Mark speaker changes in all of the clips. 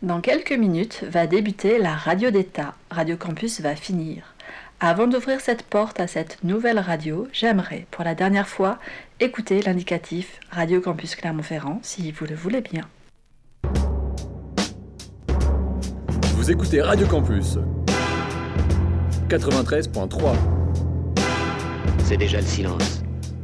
Speaker 1: Dans quelques minutes va débuter la radio d'État. Radio Campus va finir. Avant d'ouvrir cette porte à cette nouvelle radio, j'aimerais, pour la dernière fois, écouter l'indicatif Radio Campus Clermont-Ferrand, si vous le voulez bien.
Speaker 2: Vous écoutez Radio Campus 93.3.
Speaker 3: C'est déjà le silence.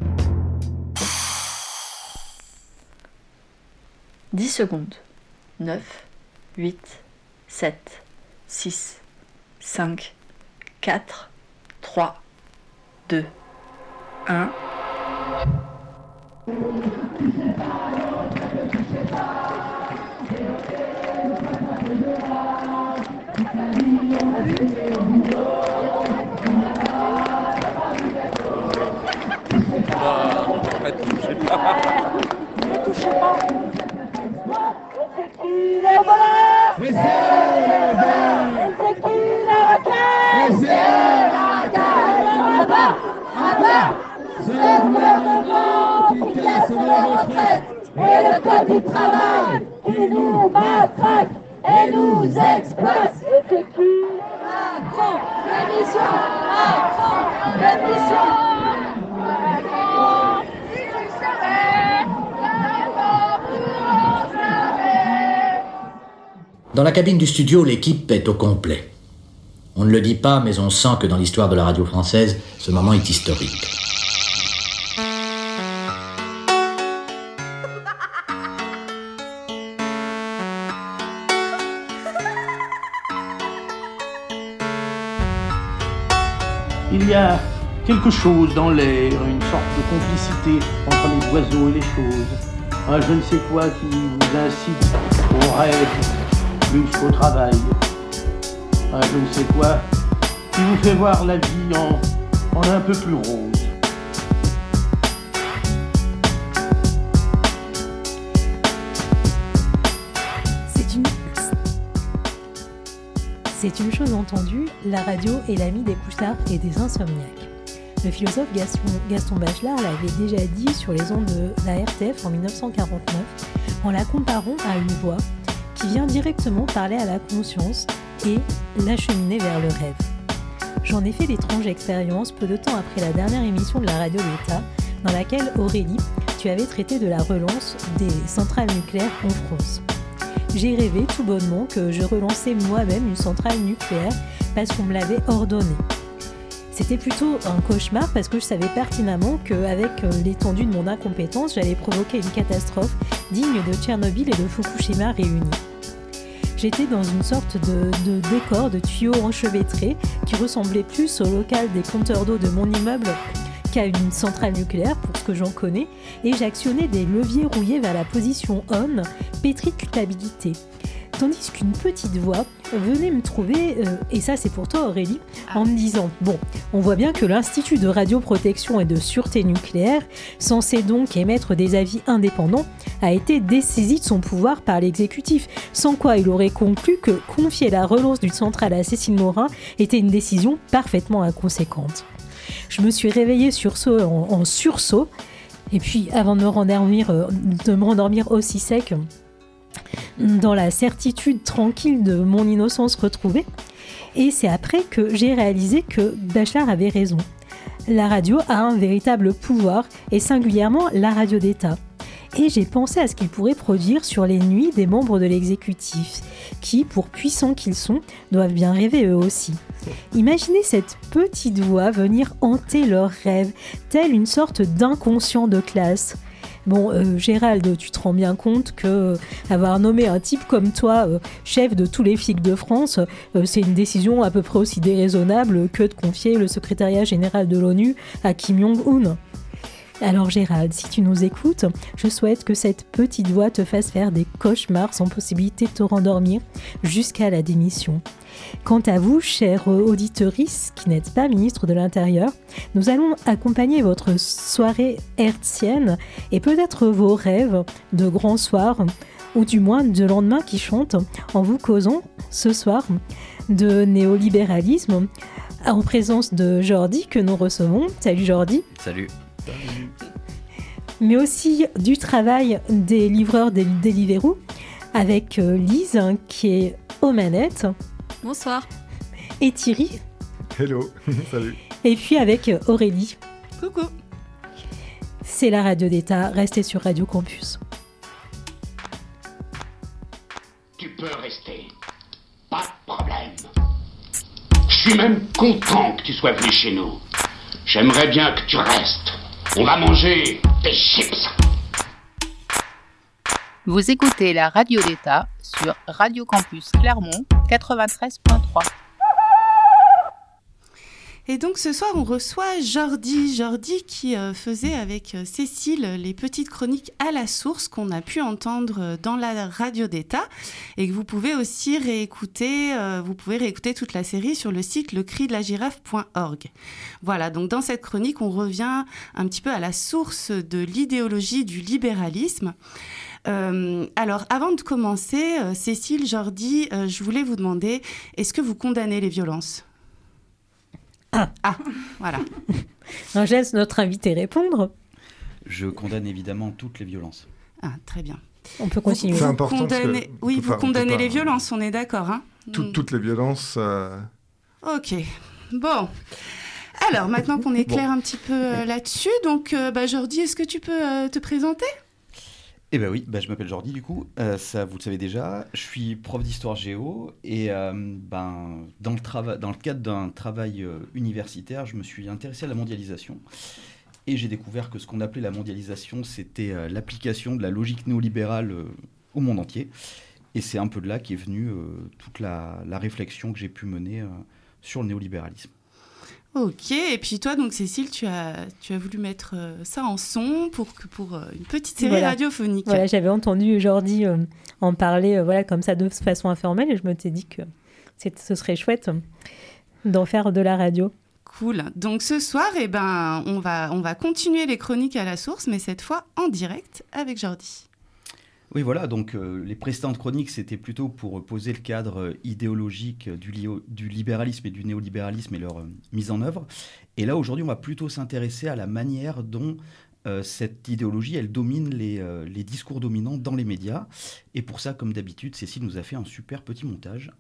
Speaker 1: 10 secondes. 9, 8, 7, 6, 5, 4, 3, 2, 1.
Speaker 4: Ce gouvernement qui casse nos retraites et le code du travail qui nous matraque et nous exploite. C'est qui Macron, l'émission Macron, l'émission Macron, si tu savais,
Speaker 5: Dans la cabine du studio, l'équipe est au complet. On ne le dit pas, mais on sent que dans l'histoire de la radio française, ce moment est historique.
Speaker 6: Il y a quelque chose dans l'air, une sorte de complicité entre les oiseaux et les choses. Un je ne sais quoi qui vous incite au rêve plus qu'au travail. Un je ne sais quoi qui vous fait voir la vie en un peu plus rose.
Speaker 7: C'est une chose entendue, la radio est l'ami des couchards et des insomniaques. Le philosophe Gaston Bachelard l'avait déjà dit sur les ondes de la RTF en 1949 en la comparant à une voix qui vient directement parler à la conscience et l'acheminer vers le rêve. J'en ai fait l'étrange expérience peu de temps après la dernière émission de la radio d'État dans laquelle, Aurélie, tu avais traité de la relance des centrales nucléaires en France. J'ai rêvé tout bonnement que je relançais moi-même une centrale nucléaire parce qu'on me l'avait ordonné. C'était plutôt un cauchemar parce que je savais pertinemment qu'avec l'étendue de mon incompétence, j'allais provoquer une catastrophe digne de Tchernobyl et de Fukushima réunis. J'étais dans une sorte de décor de tuyaux enchevêtrés qui ressemblait plus au local des compteurs d'eau de mon immeuble qu'à une centrale nucléaire, pour ce que j'en connais, et j'actionnais des leviers rouillés vers la position on, pétrie de culpabilité. Tandis qu'une petite voix venait me trouver, et ça c'est pour toi Aurélie, en me disant « Bon, on voit bien que l'Institut de radioprotection et de sûreté nucléaire, censé donc émettre des avis indépendants, a été dessaisi de son pouvoir par l'exécutif, sans quoi il aurait conclu que confier la relance d'une centrale à Cécile Morin était une décision parfaitement inconséquente. » Je me suis réveillée en sursaut, et puis avant de me rendormir aussi sec, dans la certitude tranquille de mon innocence retrouvée, et c'est après que j'ai réalisé que Bachelard avait raison. La radio a un véritable pouvoir, et singulièrement la radio d'État. Et j'ai pensé à ce qu'il pourrait produire sur les nuits des membres de l'exécutif, qui, pour puissants qu'ils sont, doivent bien rêver eux aussi. Imaginez cette petite voix venir hanter leurs rêves, telle une sorte d'inconscient de classe. Bon, Gérald, tu te rends bien compte que avoir nommé un type comme toi chef de tous les flics de France, c'est une décision à peu près aussi déraisonnable que de confier le secrétariat général de l'ONU à Kim Jong-un. Alors Gérald, si tu nous écoutes, je souhaite que cette petite voix te fasse faire des cauchemars sans possibilité de te rendormir jusqu'à la démission. Quant à vous, chère auditrice qui n'êtes pas ministre de l'Intérieur, nous allons accompagner votre soirée hertzienne et peut-être vos rêves de grands soirs, ou du moins de lendemain qui chantent, en vous causant ce soir de néolibéralisme en présence de Jordi que nous recevons. Salut Jordi.
Speaker 8: Salut.
Speaker 7: Mais aussi du travail des livreurs des Deliveroo, avec Lise qui est aux manettes.
Speaker 8: Bonsoir.
Speaker 7: Et Thierry.
Speaker 9: Hello, salut.
Speaker 7: Et puis avec Aurélie.
Speaker 8: Coucou.
Speaker 7: C'est la radio d'État, restez sur Radio Campus.
Speaker 10: Tu peux rester, pas de problème. Je suis même content que tu sois venu chez nous. J'aimerais bien que tu restes. On va manger des chips.
Speaker 11: Vous écoutez la radio d'État sur Radio Campus Clermont 93.3.
Speaker 8: Et donc ce soir, on reçoit Jordi qui faisait avec Cécile les petites chroniques à la source qu'on a pu entendre dans la radio d'État et que vous pouvez aussi réécouter. Vous pouvez réécouter toute la série sur le site lecridelaGirafe.org. Voilà, donc dans cette chronique, on revient un petit peu à la source de l'idéologie du libéralisme. Alors, avant de commencer, Cécile, Jordi, je voulais vous demander, est-ce que vous condamnez les violences ? Voilà.
Speaker 7: Alors, je laisse notre invité répondre.
Speaker 12: Je condamne évidemment toutes les violences.
Speaker 8: Très bien.
Speaker 7: On peut continuer.
Speaker 9: C'est important
Speaker 8: vous condamnez les violences, on est d'accord, hein ?
Speaker 9: Toutes les violences.
Speaker 8: Ok. Bon. Alors, maintenant qu'on est clair un petit peu là-dessus, donc, Jordi, est-ce que tu peux te présenter ?
Speaker 12: Eh bien oui, je m'appelle Jordi du coup, ça vous le savez déjà, je suis prof d'histoire géo et dans le cadre d'un travail universitaire, je me suis intéressé à la mondialisation et j'ai découvert que ce qu'on appelait la mondialisation, c'était l'application de la logique néolibérale au monde entier et c'est un peu de là qu'est venue toute la réflexion que j'ai pu mener sur le néolibéralisme.
Speaker 8: Ok, et puis toi, donc Cécile, tu as voulu mettre ça en son pour une petite série radiophonique.
Speaker 7: Voilà, j'avais entendu Jordi en parler comme ça de façon informelle et je me suis dit que ce serait chouette d'en faire de la radio.
Speaker 8: Cool. Donc ce soir, on va continuer les chroniques à la source, mais cette fois en direct avec Jordi.
Speaker 12: Oui, voilà, donc les précédentes chroniques, c'était plutôt pour poser le cadre idéologique du libéralisme et du néolibéralisme et leur mise en œuvre. Et là, aujourd'hui, on va plutôt s'intéresser à la manière dont cette idéologie, elle domine les discours dominants dans les médias. Et pour ça, comme d'habitude, Cécile nous a fait un super petit montage.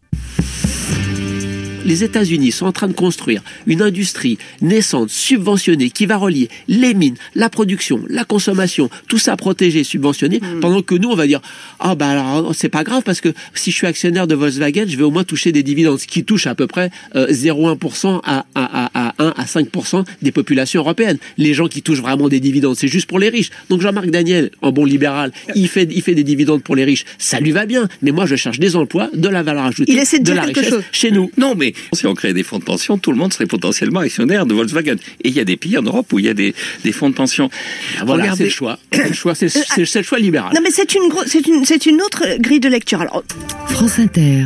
Speaker 13: Les États-Unis sont en train de construire une industrie naissante, subventionnée, qui va relier les mines, la production, la consommation, tout ça protégé, subventionné, pendant que nous, on va dire alors c'est pas grave parce que si je suis actionnaire de Volkswagen, je vais au moins toucher des dividendes, ce qui touche à peu près 0,1% à 1 à 5% des populations européennes. Les gens qui touchent vraiment des dividendes, c'est juste pour les riches. Donc Jean-Marc Daniel, en bon libéral, il fait des dividendes pour les riches. Ça lui va bien, mais moi je cherche des emplois, de la valeur ajoutée,
Speaker 14: il essaie de
Speaker 13: la
Speaker 14: quelque
Speaker 13: richesse
Speaker 14: chose.
Speaker 13: Chez nous.
Speaker 14: Non, mais si on crée des fonds de pension, tout le monde serait potentiellement actionnaire de Volkswagen. Et il y a des pays en Europe où il y a des fonds de pension.
Speaker 13: Voilà, regardez, c'est le choix. C'est le choix libéral.
Speaker 14: Non, mais c'est une autre grille de lecture. Alors,
Speaker 15: France Inter.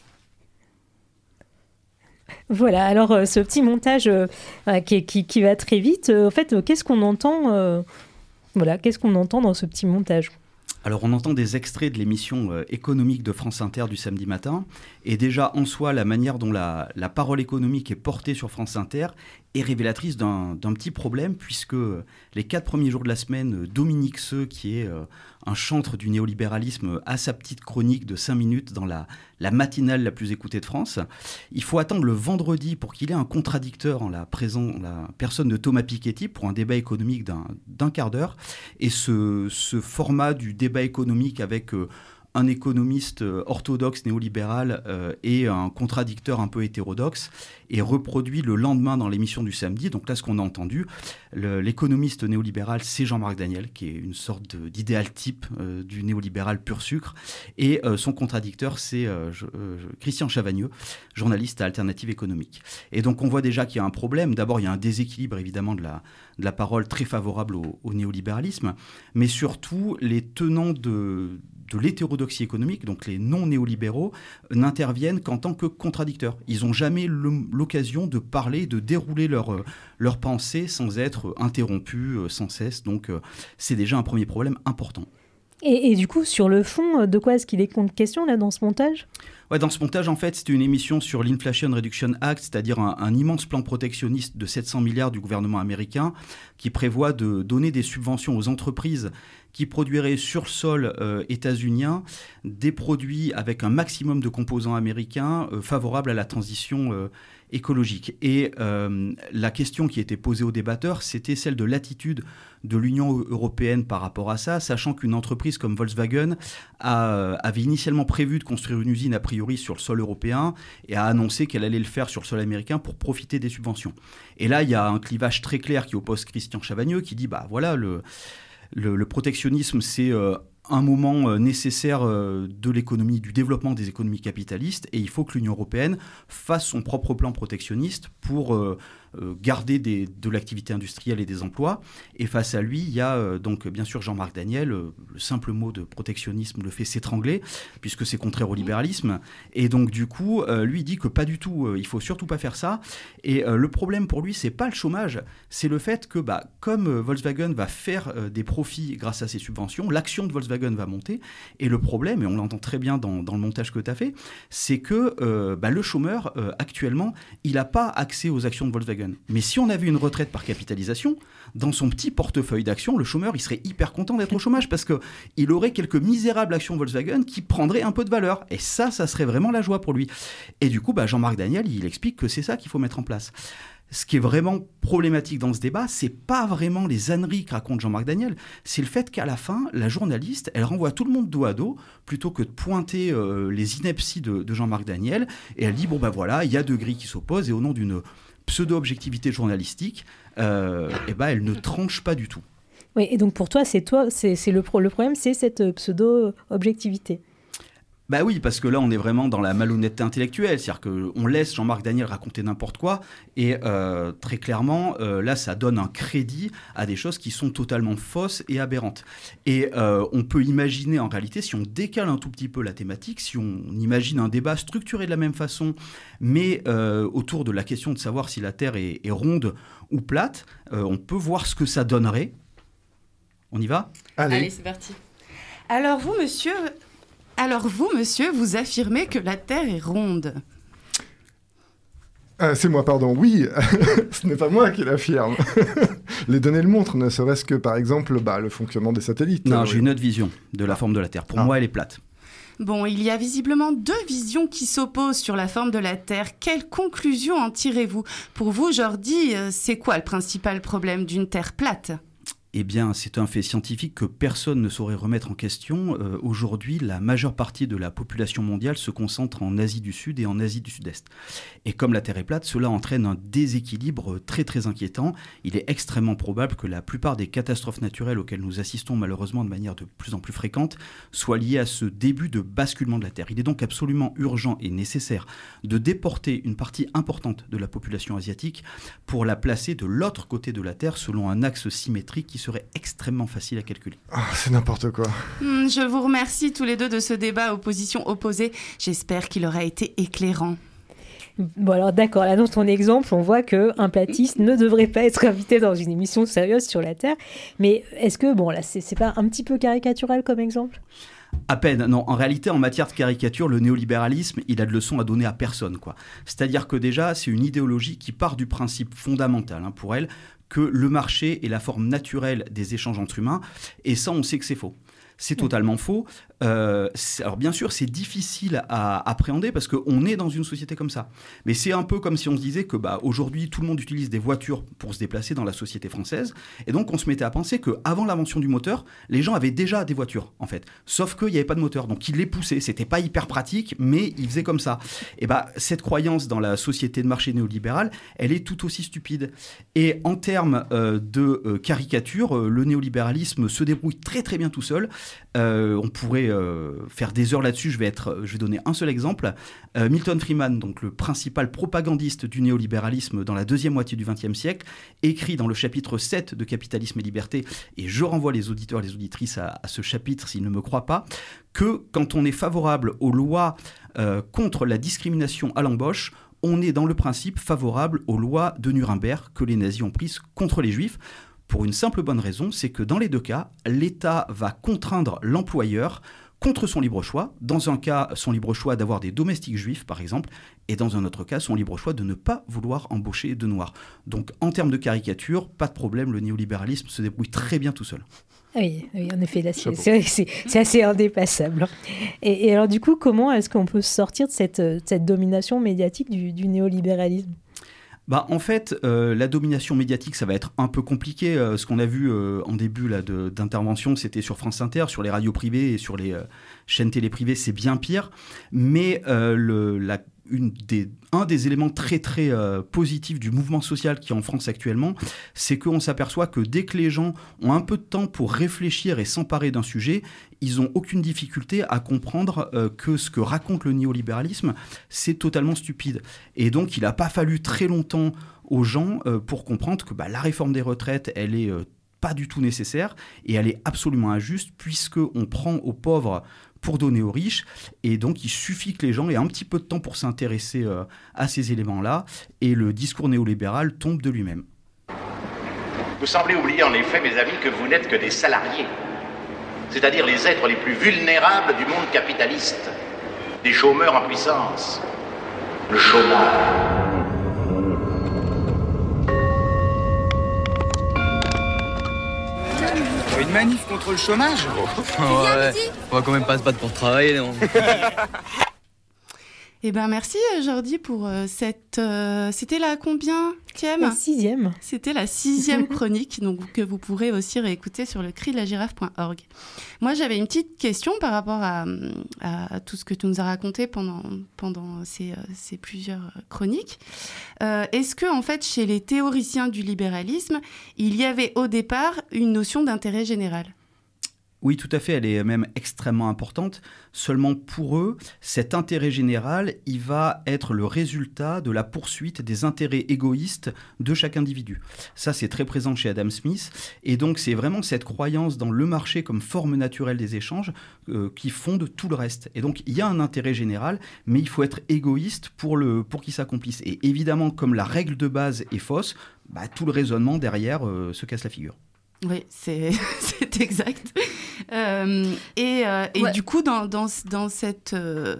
Speaker 7: Voilà, alors ce petit montage qui va très vite, en fait, qu'est-ce qu'on entend qu'est-ce qu'on entend dans ce petit montage ?
Speaker 12: Alors on entend des extraits de l'émission économique de France Inter du samedi matin, et déjà en soi la manière dont la parole économique est portée sur France Inter est révélatrice d'un petit problème, puisque les 4 premiers jours de la semaine, Dominique Seux, qui est un chantre du néolibéralisme, a sa petite chronique de 5 minutes dans la matinale la plus écoutée de France. Il faut attendre le vendredi pour qu'il ait un contradicteur en la personne de Thomas Piketty pour un débat économique d'un quart d'heure. Et ce format du débat économique avec un économiste orthodoxe néolibéral et un contradicteur un peu hétérodoxe est reproduit le lendemain dans l'émission du samedi. Donc là, ce qu'on a entendu, l'économiste néolibéral, c'est Jean-Marc Daniel, qui est une sorte d'idéal type du néolibéral pur sucre. Et son contradicteur, c'est Christian Chavagneux, journaliste à Alternative économique. Et donc, on voit déjà qu'il y a un problème. D'abord, il y a un déséquilibre, évidemment, de la parole très favorable au néolibéralisme. Mais surtout, les tenants de l'hétérodoxie économique, donc les non-néolibéraux, n'interviennent qu'en tant que contradicteurs. Ils n'ont jamais l'occasion de parler, de dérouler leur pensée sans être interrompus sans cesse. Donc c'est déjà un premier problème important.
Speaker 7: Et du coup, sur le fond, de quoi est-ce qu'il est question là dans ce montage ?
Speaker 12: Ouais, dans ce montage, en fait, c'était une émission sur l'Inflation Reduction Act, c'est-à-dire un immense plan protectionniste de 700 milliards du gouvernement américain qui prévoit de donner des subventions aux entreprises qui produirait sur le sol états-unien des produits avec un maximum de composants américains favorables à la transition écologique. Et la question qui était posée aux débatteurs, c'était celle de l'attitude de l'Union européenne par rapport à ça, sachant qu'une entreprise comme Volkswagen avait initialement prévu de construire une usine a priori sur le sol européen et a annoncé qu'elle allait le faire sur le sol américain pour profiter des subventions. Et là, il y a un clivage très clair qui oppose Christian Chavagneux qui dit bah voilà, le protectionnisme, c'est un moment nécessaire de l'économie, du développement des économies capitalistes, et il faut que l'Union européenne fasse son propre plan protectionniste pour garder de l'activité industrielle et des emplois. Et face à lui, il y a donc bien sûr Jean-Marc Daniel. Le simple mot de protectionnisme le fait s'étrangler, puisque c'est contraire au libéralisme. Et donc du coup, lui, il dit que pas du tout, il faut surtout pas faire ça. Et le problème pour lui, c'est pas le chômage, c'est le fait que comme Volkswagen va faire des profits grâce à ces subventions, l'action de Volkswagen va monter. Et le problème, et on l'entend très bien dans le montage que tu as fait, c'est que le chômeur, actuellement, il n'a pas accès aux actions de Volkswagen. Mais si on avait une retraite par capitalisation, dans son petit portefeuille d'actions, le chômeur, il serait hyper content d'être au chômage parce qu'il aurait quelques misérables actions Volkswagen qui prendraient un peu de valeur. Et ça serait vraiment la joie pour lui. Et du coup, Jean-Marc Daniel, il explique que c'est ça qu'il faut mettre en place. Ce qui est vraiment problématique dans ce débat, c'est pas vraiment les âneries que raconte Jean-Marc Daniel, c'est le fait qu'à la fin, la journaliste, elle renvoie tout le monde dos à dos, plutôt que de pointer les inepties de Jean-Marc Daniel, et elle dit, voilà, il y a deux grilles qui s'opposent, et au nom d'une pseudo-objectivité journalistique, elle ne tranche pas du tout.
Speaker 7: Oui, et donc pour toi, c'est le problème, c'est cette pseudo-objectivité.
Speaker 12: Bah oui, parce que là, on est vraiment dans la malhonnêteté intellectuelle. C'est-à-dire qu'on laisse Jean-Marc Daniel raconter n'importe quoi. Et très clairement, là, ça donne un crédit à des choses qui sont totalement fausses et aberrantes. Et on peut imaginer, en réalité, si on décale un tout petit peu la thématique, si on imagine un débat structuré de la même façon, mais autour de la question de savoir si la Terre est ronde ou plate, on peut voir ce que ça donnerait. On y va ?
Speaker 8: Allez, c'est parti. Alors vous, monsieur, vous affirmez que la Terre est ronde.
Speaker 9: C'est moi, pardon. Oui, ce n'est pas moi qui l'affirme. Les données le montrent, ne serait-ce que, par exemple, le fonctionnement des satellites.
Speaker 12: Non, j'ai une autre vision de la forme de la Terre. Pour moi, elle est plate.
Speaker 8: Bon, il y a visiblement deux visions qui s'opposent sur la forme de la Terre. Quelle conclusion en tirez-vous ? Pour vous, Jordi, c'est quoi le principal problème d'une Terre plate ?
Speaker 12: Eh bien, c'est un fait scientifique que personne ne saurait remettre en question. Aujourd'hui, la majeure partie de la population mondiale se concentre en Asie du Sud et en Asie du Sud-Est. Et comme la Terre est plate, cela entraîne un déséquilibre très très inquiétant. Il est extrêmement probable que la plupart des catastrophes naturelles auxquelles nous assistons malheureusement de manière de plus en plus fréquente soient liées à ce début de basculement de la Terre. Il est donc absolument urgent et nécessaire de déporter une partie importante de la population asiatique pour la placer de l'autre côté de la Terre selon un axe symétrique qui serait extrêmement facile à calculer.
Speaker 9: Oh, c'est n'importe quoi.
Speaker 8: Je vous remercie tous les deux de ce débat aux positions opposées. J'espère qu'il aura été éclairant.
Speaker 7: Bon alors d'accord, là dans ton exemple, on voit qu'un platiste ne devrait pas être invité dans une émission sérieuse sur la Terre. Mais est-ce que, là c'est pas un petit peu caricatural comme exemple ?
Speaker 12: À peine, non. En réalité, en matière de caricature, le néolibéralisme, il a de leçons à donner à personne, quoi. C'est-à-dire que déjà, c'est une idéologie qui part du principe fondamental, pour elle, que le marché est la forme naturelle des échanges entre humains, et ça, on sait que c'est faux. C'est totalement faux. Alors bien sûr, c'est difficile à appréhender parce qu'on est dans une société comme ça. Mais c'est un peu comme si on se disait que aujourd'hui, tout le monde utilise des voitures pour se déplacer dans la société française. Et donc, on se mettait à penser qu'avant l'invention du moteur, les gens avaient déjà des voitures, en fait. Sauf qu'il n'y avait pas de moteur. Donc, ils les poussaient. C'était pas hyper pratique, mais ils faisaient comme ça. Et cette croyance dans la société de marché néolibérale, elle est tout aussi stupide. Et en termes de caricature, le néolibéralisme se débrouille très très bien tout seul. On pourrait faire des heures là-dessus. Je vais donner un seul exemple. Milton Friedman, donc le principal propagandiste du néolibéralisme dans la deuxième moitié du XXe siècle, écrit dans le chapitre 7 de Capitalisme et Liberté, et je renvoie les auditeurs et les auditrices à ce chapitre s'ils ne me croient pas, que quand on est favorable aux lois contre la discrimination à l'embauche, on est dans le principe favorable aux lois de Nuremberg que les nazis ont prises contre les juifs. Pour une simple bonne raison, c'est que dans les deux cas, l'État va contraindre l'employeur contre son libre choix. Dans un cas, son libre choix d'avoir des domestiques juifs, par exemple, et dans un autre cas, son libre choix de ne pas vouloir embaucher de noirs. Donc, en termes de caricature, pas de problème, le néolibéralisme se débrouille très bien tout seul.
Speaker 7: Oui, en effet, là, c'est vrai que c'est assez indépassable. Et alors, du coup, comment est-ce qu'on peut sortir de cette domination médiatique du néolibéralisme ?
Speaker 12: En fait, la domination médiatique, ça va être un peu compliqué. Ce qu'on a vu en début là, d'intervention, c'était sur France Inter, sur les radios privées et sur les chaînes télé privées, c'est bien pire. Mais un des éléments très très positifs du mouvement social qui est en France actuellement, c'est qu'on s'aperçoit que dès que les gens ont un peu de temps pour réfléchir et s'emparer d'un sujet, ils n'ont aucune difficulté à comprendre que ce que raconte le néolibéralisme, c'est totalement stupide. Et donc, il n'a pas fallu très longtemps aux gens pour comprendre que la réforme des retraites, elle est pas du tout nécessaire et elle est absolument injuste puisqu'on prend aux pauvres pour donner aux riches, et donc il suffit que les gens aient un petit peu de temps pour s'intéresser à ces éléments-là, et le discours néolibéral tombe de lui-même.
Speaker 15: Vous semblez oublier en effet, mes amis, que vous n'êtes que des salariés, c'est-à-dire les êtres les plus vulnérables du monde capitaliste, des chômeurs en puissance, le chômage.
Speaker 16: Une manif contre le chômage ?
Speaker 17: Ouais, on va quand même pas se battre pour travailler, non ?
Speaker 8: Eh ben merci Jordi pour cette... c'était la combienième ?
Speaker 7: La 6e.
Speaker 8: C'était la 6e chronique, donc, que vous pourrez aussi réécouter sur le cri-de-la-girafe.org. Moi, j'avais une petite question par rapport à tout ce que tu nous as raconté pendant ces plusieurs chroniques. Est-ce que, en fait, chez les théoriciens du libéralisme, il y avait au départ une notion d'intérêt général ?
Speaker 12: Oui, tout à fait, elle est même extrêmement importante. Seulement pour eux, cet intérêt général, il va être le résultat de la poursuite des intérêts égoïstes de chaque individu. Ça, c'est très présent chez Adam Smith. Et donc, c'est vraiment cette croyance dans le marché comme forme naturelle des échanges qui fonde tout le reste. Et donc, il y a un intérêt général, mais il faut être égoïste pour qu'il s'accomplisse. Et évidemment, comme la règle de base est fausse, tout le raisonnement derrière se casse la figure.
Speaker 8: Oui, c'est exact. Et du coup, dans cette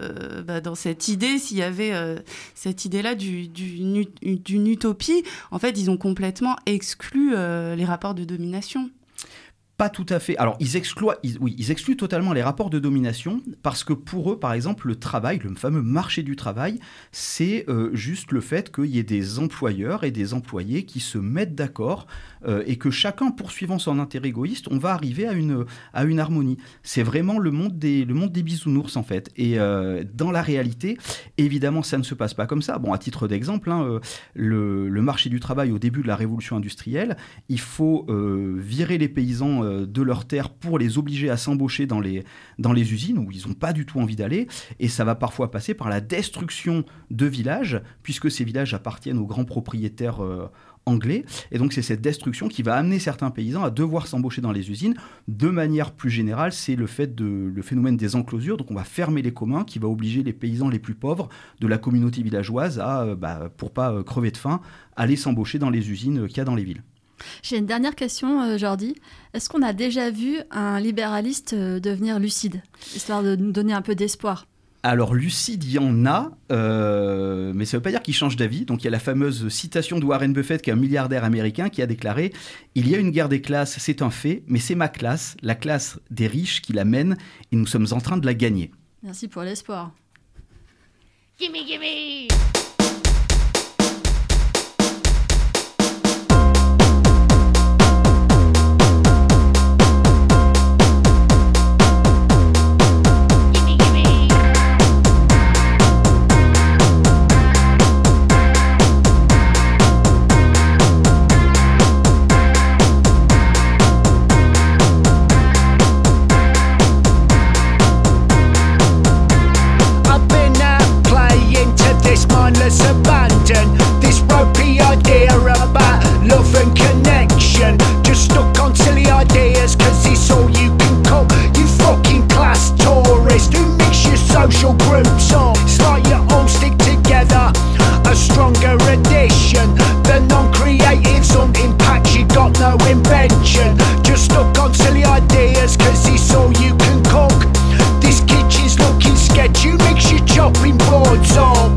Speaker 8: idée, s'il y avait cette idée-là d'une utopie, en fait, ils ont complètement exclu les rapports de domination.
Speaker 12: Pas tout à fait. Alors, ils excluent totalement les rapports de domination parce que pour eux, par exemple, le travail, le fameux marché du travail, c'est juste le fait qu'il y ait des employeurs et des employés qui se mettent d'accord et que chacun poursuivant son intérêt égoïste, on va arriver à une harmonie. C'est vraiment le monde des bisounours, en fait. Et dans la réalité, évidemment, ça ne se passe pas comme ça. Bon, à titre d'exemple, le marché du travail au début de la révolution industrielle, il faut virer les paysans de leurs terres pour les obliger à s'embaucher dans les usines où ils n'ont pas du tout envie d'aller, et ça va parfois passer par la destruction de villages, puisque ces villages appartiennent aux grands propriétaires anglais, et donc c'est cette destruction qui va amener certains paysans à devoir s'embaucher dans les usines. De manière plus générale, c'est le phénomène des enclosures, donc on va fermer les communs, qui va obliger les paysans les plus pauvres de la communauté villageoise à, pour pas crever de faim, aller s'embaucher dans les usines qu'il y a dans les villes.
Speaker 1: J'ai une dernière question, Jordi. Est-ce qu'on a déjà vu un libéraliste devenir lucide, histoire de nous donner un peu d'espoir ?
Speaker 12: Alors, lucide, il y en a, mais ça ne veut pas dire qu'il change d'avis. Donc, il y a la fameuse citation de Warren Buffett, qui est un milliardaire américain, qui a déclaré « Il y a une guerre des classes, c'est un fait, mais c'est ma classe, la classe des riches qui la mène, et nous sommes en train de la gagner. »
Speaker 1: Merci pour l'espoir.
Speaker 4: Gimme, gimme!
Speaker 18: Abandon this ropey idea about love and connection. Just stuck on silly ideas, cause it's all you can cook. You fucking class tourist who mix your social groups up. It's like you all stick together, a stronger addition. The non-creatives on impact, you got no invention. Just stuck on silly ideas, cause it's all you can cook. This kitchen's looking sketchy, you mix your chopping boards up.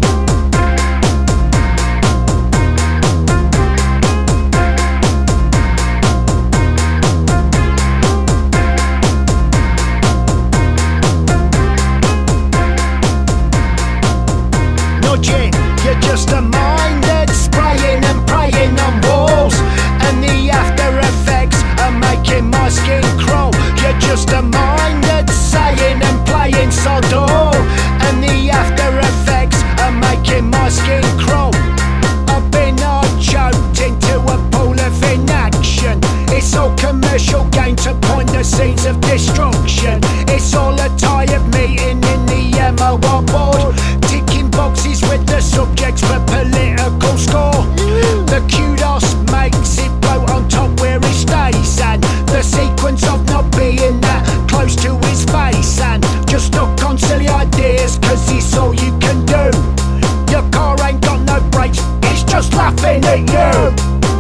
Speaker 18: just a mind that's spraying and praying on walls, and the after effects are making my skin crawl. You're just a mind that's saying and playing Sodor, and the after effects are making my skin crawl. I've been choked into a pool of inaction. It's all commercial gain to point the seeds of destruction. It's all a tired meeting in the MOR board, ticking boxes with the subjects for political score. The kudos makes it bloat on top where he stays, and the sequence of not being that close to his face, and just stuck on silly ideas cause it's all you can do. Your car ain't got no brakes, it's just laughing at you.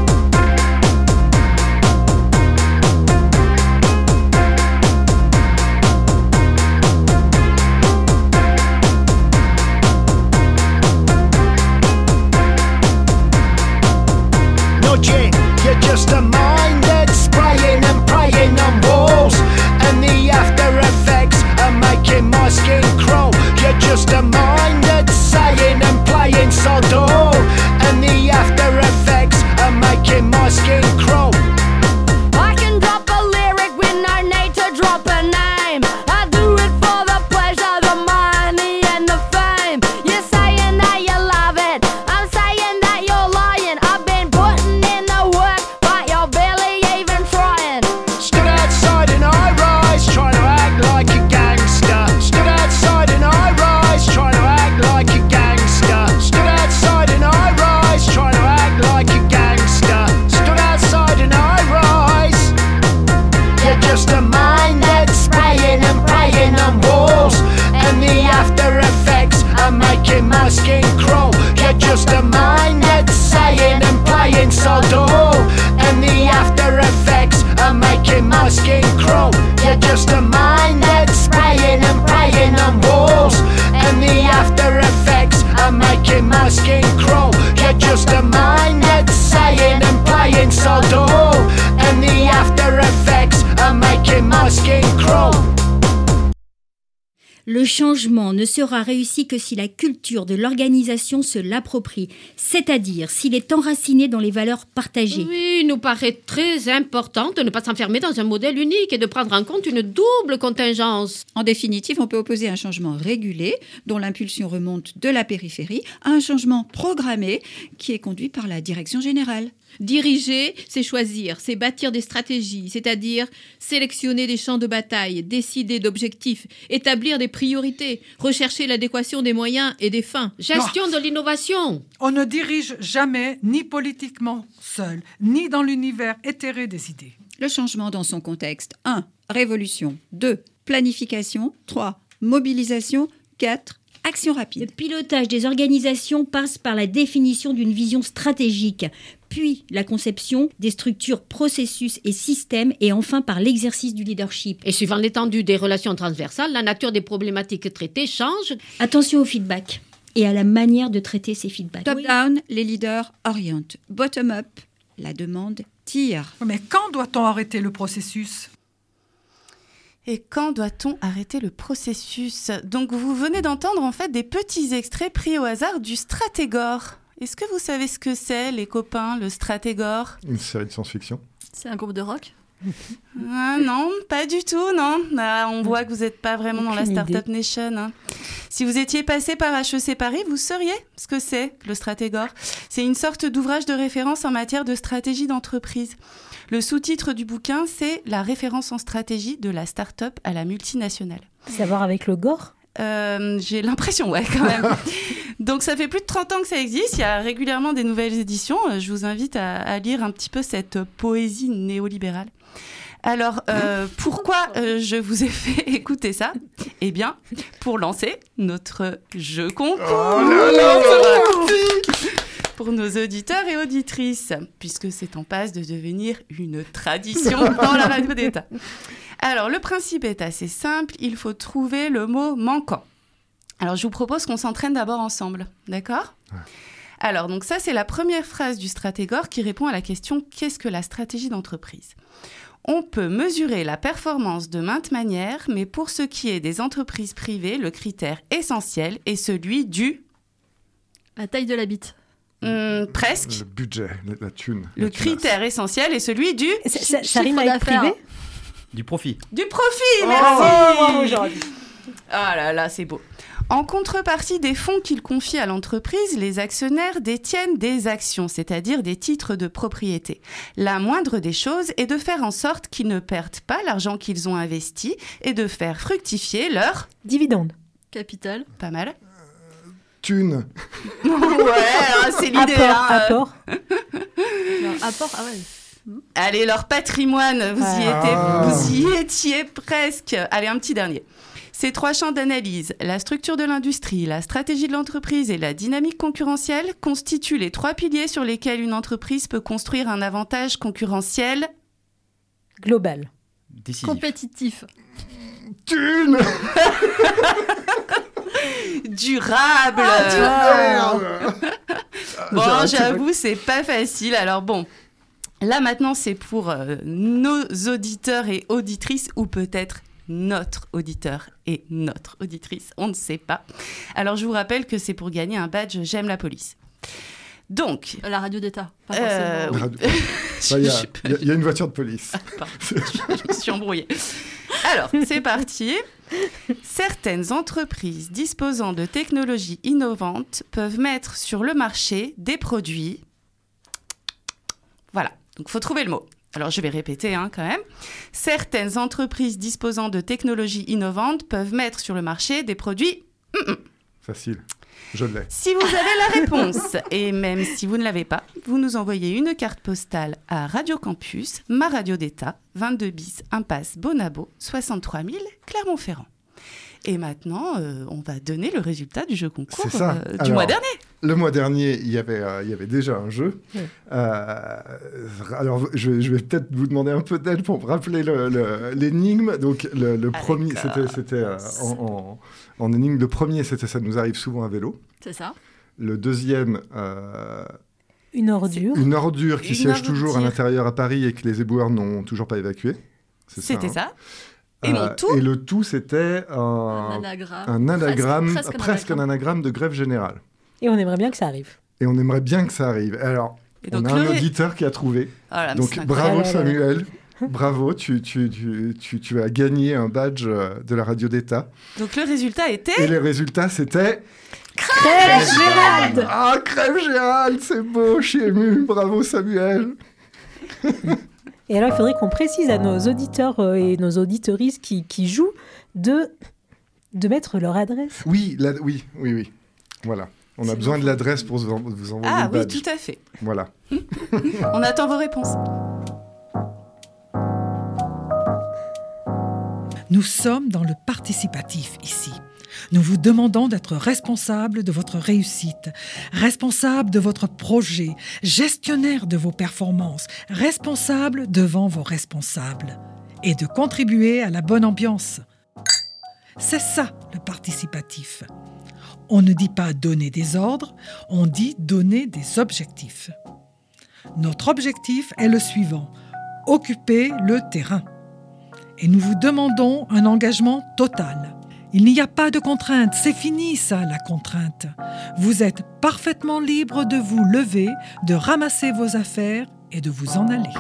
Speaker 18: You're just a mind that's spraying and praying on walls, and the after effects are making my skin crawl. You're just a mind that's saying and playing Sodor, and the after effects are making my skin crawl.
Speaker 4: I can drop a lyric with no need to drop a name. I do it for the pleasure, the money and the fame. You're saying that you love it, I'm saying that you're lying. I've been putting in the work, but you're barely even trying.
Speaker 18: Stood outside an high-rise trying to act like a gangster. Stood outside an high-rise trying to act like a gangster. Stood outside an high-rise trying to act like a gangster. Stood outside an high-rise. You're just a mind that's spraying and praying on walls, and the after effects are making my skin crawl. You're just a mind that's saying and playing Sodor, and the after effects are making my skin crawl. You're just a mind that's spraying and praying on walls, and the after effects are making my skin crawl. You're just a mind that's saying and playing Sodor, and the after effects are making my skin crawl.
Speaker 19: Le changement ne sera réussi que si la culture de l'organisation se l'approprie, c'est-à-dire s'il est enraciné dans les valeurs partagées.
Speaker 20: Oui, il nous paraît très important de ne pas s'enfermer dans un modèle unique et de prendre en compte une double contingence.
Speaker 21: En définitive, on peut opposer un changement régulé, dont l'impulsion remonte de la périphérie, à un changement programmé qui est conduit par la direction générale.
Speaker 20: Diriger, c'est choisir, c'est bâtir des stratégies, c'est-à-dire sélectionner des champs de bataille, décider d'objectifs, établir des priorités, rechercher l'adéquation des moyens et des fins. Gestion de l'innovation.
Speaker 22: On ne dirige jamais, ni politiquement seul, ni dans l'univers éthéré des idées.
Speaker 21: Le changement dans son contexte. 1. Révolution. 2. Planification. 3. Mobilisation. 4. Action rapide.
Speaker 19: Le pilotage des organisations passe par la définition d'une vision stratégique, puis la conception des structures, processus et systèmes, et enfin par l'exercice du leadership.
Speaker 20: Et suivant l'étendue des relations transversales, la nature des problématiques traitées change.
Speaker 19: Attention au feedback et à la manière de traiter ces feedbacks.
Speaker 21: Top-down, les leaders orientent. Bottom-up, la demande tire.
Speaker 22: Mais quand doit-on arrêter le processus ?
Speaker 8: Et quand doit-on arrêter le processus ? Donc vous venez d'entendre en fait des petits extraits pris au hasard du Stratégor. Est-ce que vous savez ce que c'est, les copains, le Stratégor ?
Speaker 9: Une série de science-fiction.
Speaker 1: C'est un groupe de rock ?
Speaker 8: Ah non, pas du tout, non. Ah, on voit que vous n'êtes pas vraiment dans la Startup Nation. Hein. Si vous étiez passé par HEC Paris, vous sauriez ce que c'est, le Stratégor. C'est une sorte d'ouvrage de référence en matière de stratégie d'entreprise. Le sous-titre du bouquin, c'est « La référence en stratégie de la start-up à la multinationale ».
Speaker 7: C'est à voir avec le gore ?
Speaker 8: J'ai l'impression, ouais, quand même. Donc, ça fait plus de 30 ans que ça existe. Il y a régulièrement des nouvelles éditions. Je vous invite à lire un petit peu cette poésie néolibérale. Alors, pourquoi je vous ai fait écouter ça ? Eh bien, pour lancer notre jeu concours. Pour nos auditeurs et auditrices, puisque c'est en passe de devenir une tradition dans la radio d'État. Alors, le principe est assez simple, il faut trouver le mot manquant. Alors, je vous propose qu'on s'entraîne d'abord ensemble, d'accord ? Alors, donc ça, c'est la première phrase du Stratégor qui répond à la question « Qu'est-ce que la stratégie d'entreprise ?» On peut mesurer la performance de maintes manières, mais pour ce qui est des entreprises privées, le critère essentiel est celui du
Speaker 1: La taille de la bite.
Speaker 8: Presque.
Speaker 9: Le budget, la thune.
Speaker 8: Le critère essentiel est celui du...
Speaker 7: Ça rime avec privé ?
Speaker 12: Du profit.
Speaker 8: Du profit, merci. Ah là là, c'est beau. En contrepartie des fonds qu'il confie à l'entreprise, les actionnaires détiennent des actions, c'est-à-dire des titres de propriété. La moindre des choses est de faire en sorte qu'ils ne perdent pas l'argent qu'ils ont investi et de faire fructifier leur...
Speaker 7: Dividende.
Speaker 1: Capital.
Speaker 8: Pas mal.
Speaker 9: Thune.
Speaker 8: Ouais, c'est l'idée.
Speaker 7: Apport.
Speaker 1: Non, apport, ah ouais.
Speaker 8: Allez, leur patrimoine, vous y étiez presque. Allez, un petit dernier. Ces 3 champs d'analyse, la structure de l'industrie, la stratégie de l'entreprise et la dynamique concurrentielle, constituent les 3 piliers sur lesquels une entreprise peut construire un avantage concurrentiel
Speaker 7: global.
Speaker 12: Décisif.
Speaker 1: Compétitif.
Speaker 9: Thune.
Speaker 8: Durable. Bon, j'avoue, c'est pas facile. Alors bon, là maintenant, c'est pour nos auditeurs et auditrices, ou peut-être notre auditeur et notre auditrice, on ne sait pas. Alors je vous rappelle que c'est pour gagner un badge J'aime la police. Donc...
Speaker 1: La radio d'État, pas
Speaker 8: forcément.
Speaker 9: Il y a une voiture de police.
Speaker 8: Je me suis embrouillée. Alors, c'est parti. Certaines entreprises disposant de technologies innovantes peuvent mettre sur le marché des produits... Voilà, donc il faut trouver le mot. Alors, je vais répéter quand même. Certaines entreprises disposant de technologies innovantes peuvent mettre sur le marché des produits...
Speaker 9: Facile. Je l'ai.
Speaker 8: Si vous avez la réponse, et même si vous ne l'avez pas, vous nous envoyez une carte postale à Radio Campus, ma radio d'État, 22 bis, impasse Bonabo, 63 000, Clermont-Ferrand. Et maintenant, on va donner le résultat du jeu concours du mois dernier.
Speaker 9: Le mois dernier, il y avait déjà un jeu. Alors, je vais peut-être vous demander un peu d'aide pour me rappeler l'énigme. Donc, le premier, c'était en énigme. Le premier, c'était « Ça nous arrive souvent à vélo ».
Speaker 1: C'est ça.
Speaker 9: Le deuxième...
Speaker 7: Une ordure.
Speaker 9: Une ordure qui siège toujours à l'intérieur à Paris et que les éboueurs n'ont toujours pas évacué.
Speaker 8: C'était ça. Et mon tout.
Speaker 9: Et le tout, c'était un anagramme, presque un anagramme de grève générale.
Speaker 7: Et on aimerait bien que ça arrive.
Speaker 9: Alors, on a un auditeur qui a trouvé.
Speaker 8: Voilà,
Speaker 9: donc, bravo Samuel. Bravo, tu as gagné un badge de la radio d'État.
Speaker 8: Donc, le résultat était...
Speaker 9: Et le résultat, c'était...
Speaker 8: Crève Gérald.
Speaker 9: Ah, Crève Gérald, c'est beau, je suis ému. Bravo Samuel.
Speaker 7: Et alors, il faudrait qu'on précise à nos auditeurs et nos auditrices qui jouent de mettre leur adresse.
Speaker 9: Oui. Voilà. On a besoin de l'adresse pour vous envoyer le badge.
Speaker 8: Ah oui, tout à fait.
Speaker 9: Voilà.
Speaker 8: On attend vos réponses.
Speaker 22: Nous sommes dans le participatif ici. Nous vous demandons d'être responsable de votre réussite, responsable de votre projet, gestionnaire de vos performances, responsable devant vos responsables et de contribuer à la bonne ambiance. C'est ça le participatif. On ne dit pas donner des ordres, on dit donner des objectifs. Notre objectif est le suivant, occuper le terrain. Et nous vous demandons un engagement total. Il n'y a pas de contrainte, c'est fini ça, la contrainte. Vous êtes parfaitement libre de vous lever, de ramasser vos affaires et de vous en aller.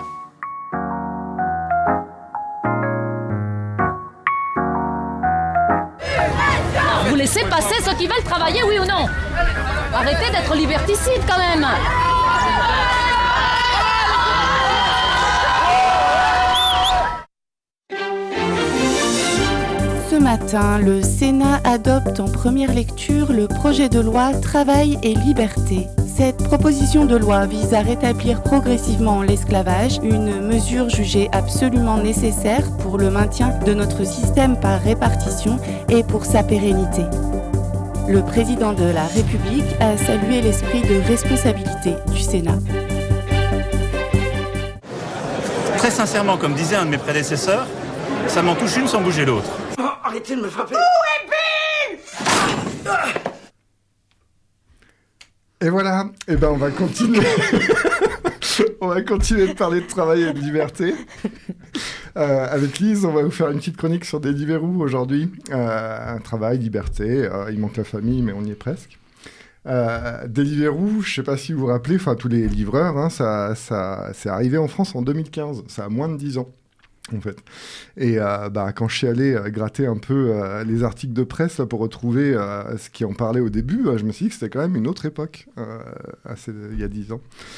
Speaker 2: Vous laissez passer ceux qui veulent travailler, oui ou non? Arrêtez d'être liberticide quand même.
Speaker 8: Ce matin, le Sénat adopte en première lecture le projet de loi Travail et Liberté. Cette proposition de loi vise à rétablir progressivement l'esclavage, une mesure jugée absolument nécessaire pour le maintien de notre système par répartition et pour sa pérennité. Le président de la République a salué l'esprit de responsabilité du Sénat.
Speaker 3: Très sincèrement, comme disait un de mes prédécesseurs, ça m'en touche une sans bouger l'autre.
Speaker 23: Oh, arrêtez de me frapper.
Speaker 3: Où est Bill ?
Speaker 9: Et voilà, on va continuer. On va continuer de parler de travail et de liberté. Avec Lise, on va vous faire une petite chronique sur Deliveroo aujourd'hui. Travail, liberté, il manque la famille, mais on y est presque. Deliveroo, je ne sais pas si vous vous rappelez, enfin tous les livreurs, hein, ça c'est arrivé en France en 2015, ça a moins de 10 ans. En fait. Et quand je suis allé gratter un peu les articles de presse là, pour retrouver ce qui en parlait au début, je me suis dit que c'était quand même une autre époque, il y a 10 ans.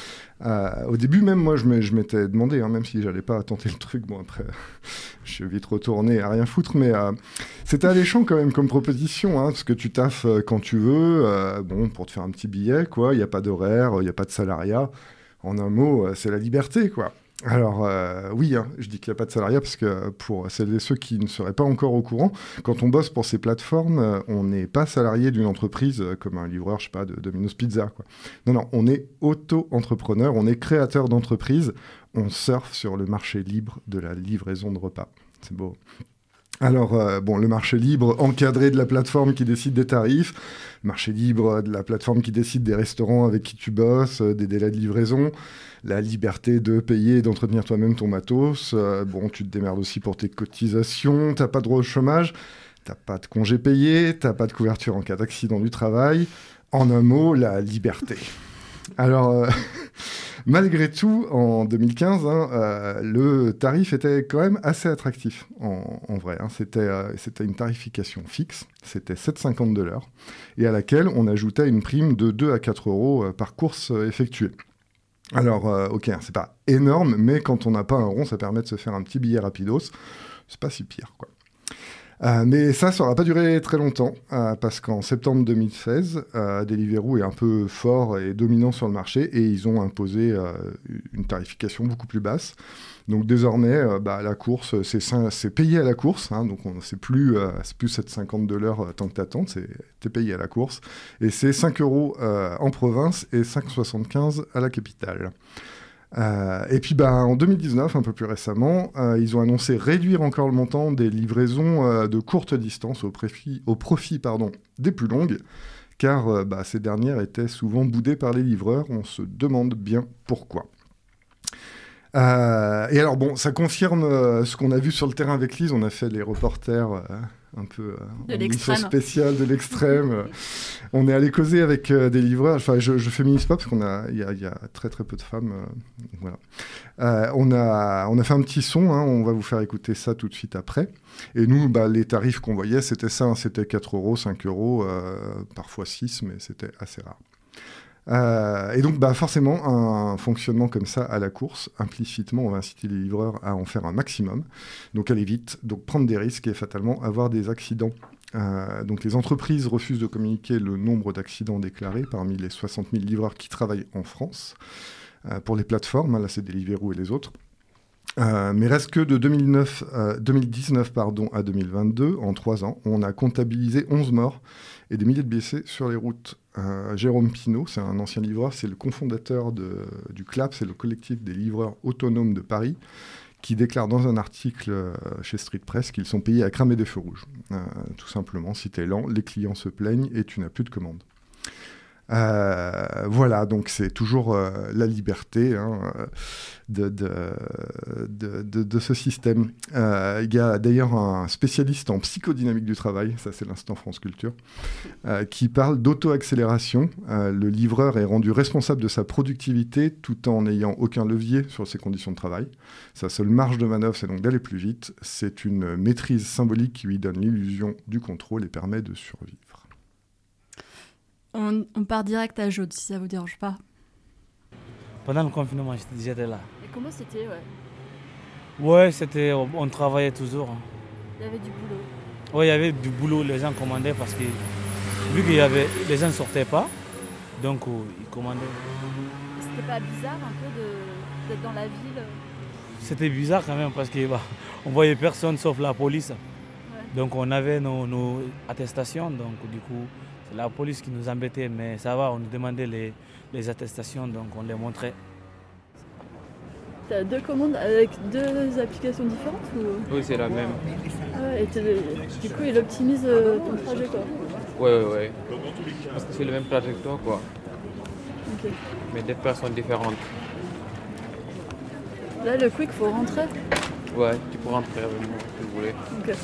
Speaker 9: Au début même, moi, je m'étais demandé, hein, même si j'allais pas tenter le truc, bon après, je suis vite retourné à rien foutre, mais c'était alléchant quand même comme proposition, hein, parce que tu taffes quand tu veux, pour te faire un petit billet, quoi, il n'y a pas d'horaire, il n'y a pas de salariat, en un mot, c'est la liberté, quoi. Alors oui, hein, je dis qu'il n'y a pas de salariat parce que pour celles et ceux qui ne seraient pas encore au courant, quand on bosse pour ces plateformes, on n'est pas salarié d'une entreprise comme un livreur, je sais pas, de Domino's Pizza, quoi. Non, on est auto-entrepreneur, on est créateur d'entreprise, on surfe sur le marché libre de la livraison de repas. C'est beau. Alors, le marché libre encadré de la plateforme qui décide des tarifs, le marché libre de la plateforme qui décide des restaurants avec qui tu bosses, des délais de livraison, la liberté de payer et d'entretenir toi-même ton matos, tu te démerdes aussi pour tes cotisations, t'as pas de droit au chômage, t'as pas de congé payé, t'as pas de couverture en cas d'accident du travail, en un mot, la liberté. Alors... Malgré tout, en 2015, le tarif était quand même assez attractif, en vrai. Hein. C'était une tarification fixe, c'était 7,50 de l'heure, et à laquelle on ajoutait une prime de 2 à 4 euros par course effectuée. Alors, ok, c'est pas énorme, mais quand on n'a pas un rond, ça permet de se faire un petit billet rapidos. C'est pas si pire, quoi. Mais ça n'aura pas duré très longtemps, parce qu'en septembre 2016, Deliveroo est un peu fort et dominant sur le marché, et ils ont imposé une tarification beaucoup plus basse. Donc désormais, la course, c'est payé à la course, hein, donc c'est plus 7,50 de l'heure tant que t'attends, t'es payé à la course, et c'est 5 euros en province et 5,75 à la capitale. Et puis en 2019, un peu plus récemment, ils ont annoncé réduire encore le montant des livraisons de courte distance au profit des plus longues, car ces dernières étaient souvent boudées par les livreurs. On se demande bien pourquoi. Et alors ça confirme ce qu'on a vu sur le terrain avec Lise. On a fait les reporters un peu en mission spéciale de l'extrême. On est allé causer avec des livreurs. Enfin, je féminise pas parce qu'il y a très très peu de femmes. Voilà. On a fait un petit son. Hein, on va vous faire écouter ça tout de suite après. Et nous, les tarifs qu'on voyait, c'était ça. Hein, c'était 4 euros, 5 euros, parfois 6, mais c'était assez rare. Et donc forcément un fonctionnement comme ça à la course, implicitement on va inciter les livreurs à en faire un maximum, donc aller vite, donc prendre des risques et fatalement avoir des accidents. Donc les entreprises refusent de communiquer le nombre d'accidents déclarés parmi les 60 000 livreurs qui travaillent en France. Pour les plateformes, hein, là c'est Deliveroo et les autres. Mais reste que de 2019 à 2022, en 3 ans, on a comptabilisé 11 morts et des milliers de blessés sur les routes. Jérôme Pinault, c'est un ancien livreur, c'est le cofondateur du CLAP, c'est le collectif des livreurs autonomes de Paris, qui déclare dans un article chez Street Press qu'ils sont payés à cramer des feux rouges. Tout simplement, si t'es lent, les clients se plaignent et tu n'as plus de commandes. Voilà, donc c'est toujours la liberté de ce système. Il y a d'ailleurs un spécialiste en psychodynamique du travail, ça c'est l'instant France Culture, qui parle d'auto-accélération. Le livreur est rendu responsable de sa productivité tout en n'ayant aucun levier sur ses conditions de travail. Sa seule marge de manœuvre, c'est donc d'aller plus vite. C'est une maîtrise symbolique qui lui donne l'illusion du contrôle et permet de survivre.
Speaker 5: On part direct à Jaude, si ça vous dérange pas.
Speaker 6: Pendant le confinement, j'étais là.
Speaker 5: Et comment c'était,
Speaker 6: Ouais, on travaillait toujours.
Speaker 5: Il y avait du boulot.
Speaker 6: Oui, il y avait du boulot, les gens commandaient parce que vu que les gens ne sortaient pas, donc ils commandaient.
Speaker 5: C'était pas bizarre un peu d'être dans la ville?
Speaker 6: C'était bizarre quand même parce que on voyait personne sauf la police. Ouais. Donc on avait nos attestations, donc du coup c'est la police qui nous embêtait, mais ça va, on nous demandait les attestations, donc on les montrait.
Speaker 5: T'as 2 commandes avec 2 applications différentes ou...
Speaker 23: Oui, c'est la même.
Speaker 5: Ah ouais, et du coup, il optimise ton trajet, quoi.
Speaker 23: Ouais. C'est le même trajet que toi, quoi.
Speaker 5: Ok.
Speaker 23: Mais des personnes différentes.
Speaker 5: Là, le quick, faut rentrer.
Speaker 23: Ouais, tu peux rentrer avec moi, si vous voulez.
Speaker 5: Ok.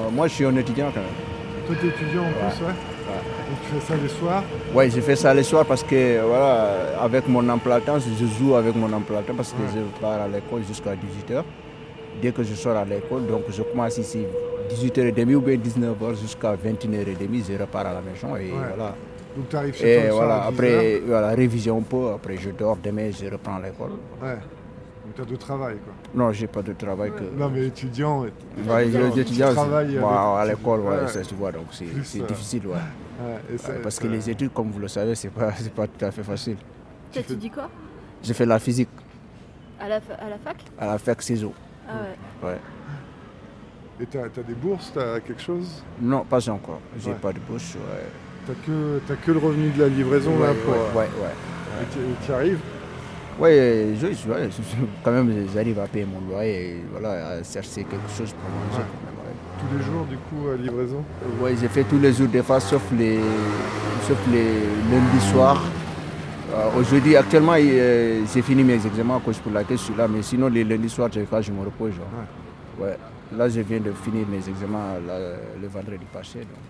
Speaker 10: Moi, je suis un étudiant quand même.
Speaker 9: Toi, tu es étudiant en plus, ouais. Et tu fais ça les soirs?
Speaker 10: Oui, je fais ça les soirs parce que, voilà, avec mon emploi de temps, je joue avec mon emploi de temps parce que je pars à l'école jusqu'à 18h. Dès que je sors à l'école, donc je commence ici 18h30 ou bien 19h jusqu'à 21h30, je repars à la maison et voilà.
Speaker 9: Donc tu arrives chez toi le soir à 10h.
Speaker 10: Après, voilà, révision un peu, après je dors, demain je reprends l'école.
Speaker 9: Ouais. Donc tu as de travail quoi?
Speaker 10: Non, j'ai pas de travail. Que...
Speaker 9: Non mais étudiant.
Speaker 10: Ouais, les étudiants
Speaker 9: travaillent
Speaker 10: à l'école, ça tu vois, donc c'est difficile, parce que les études, comme vous le savez, c'est pas tout à fait facile.
Speaker 5: Tu dis quoi?
Speaker 10: J'ai fait la physique.
Speaker 5: À la fac? À
Speaker 10: la fac CESO.
Speaker 5: Ah ouais.
Speaker 9: Et t'as des bourses, t'as quelque chose?
Speaker 10: Non, pas encore. J'ai pas de bourse.
Speaker 9: T'as que le revenu de la livraison là pour.
Speaker 10: Ouais.
Speaker 9: Et tu y arrives?
Speaker 10: Oui, quand même, j'arrive à payer mon loyer et voilà, à chercher quelque chose pour manger.
Speaker 9: Tous les jours, du coup, à livraison?
Speaker 10: Oui, j'ai fait tous les jours des fois, sauf les lundis soirs. Aujourd'hui, actuellement, j'ai fini mes examens à cause pour laquelle je suis là, mais sinon, les lundis soirs, je me repose. Ouais. Là, je viens de finir mes examens le vendredi passé. Donc,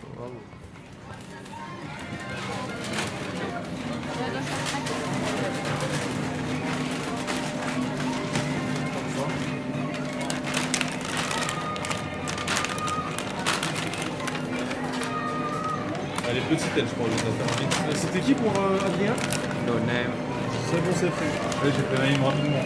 Speaker 23: Elle est petite, elle, je crois, les
Speaker 11: C'était qui pour Adrien?
Speaker 23: No name.
Speaker 11: C'est bon, c'est fait.
Speaker 23: Allez, j'ai fait Naïm rapidement.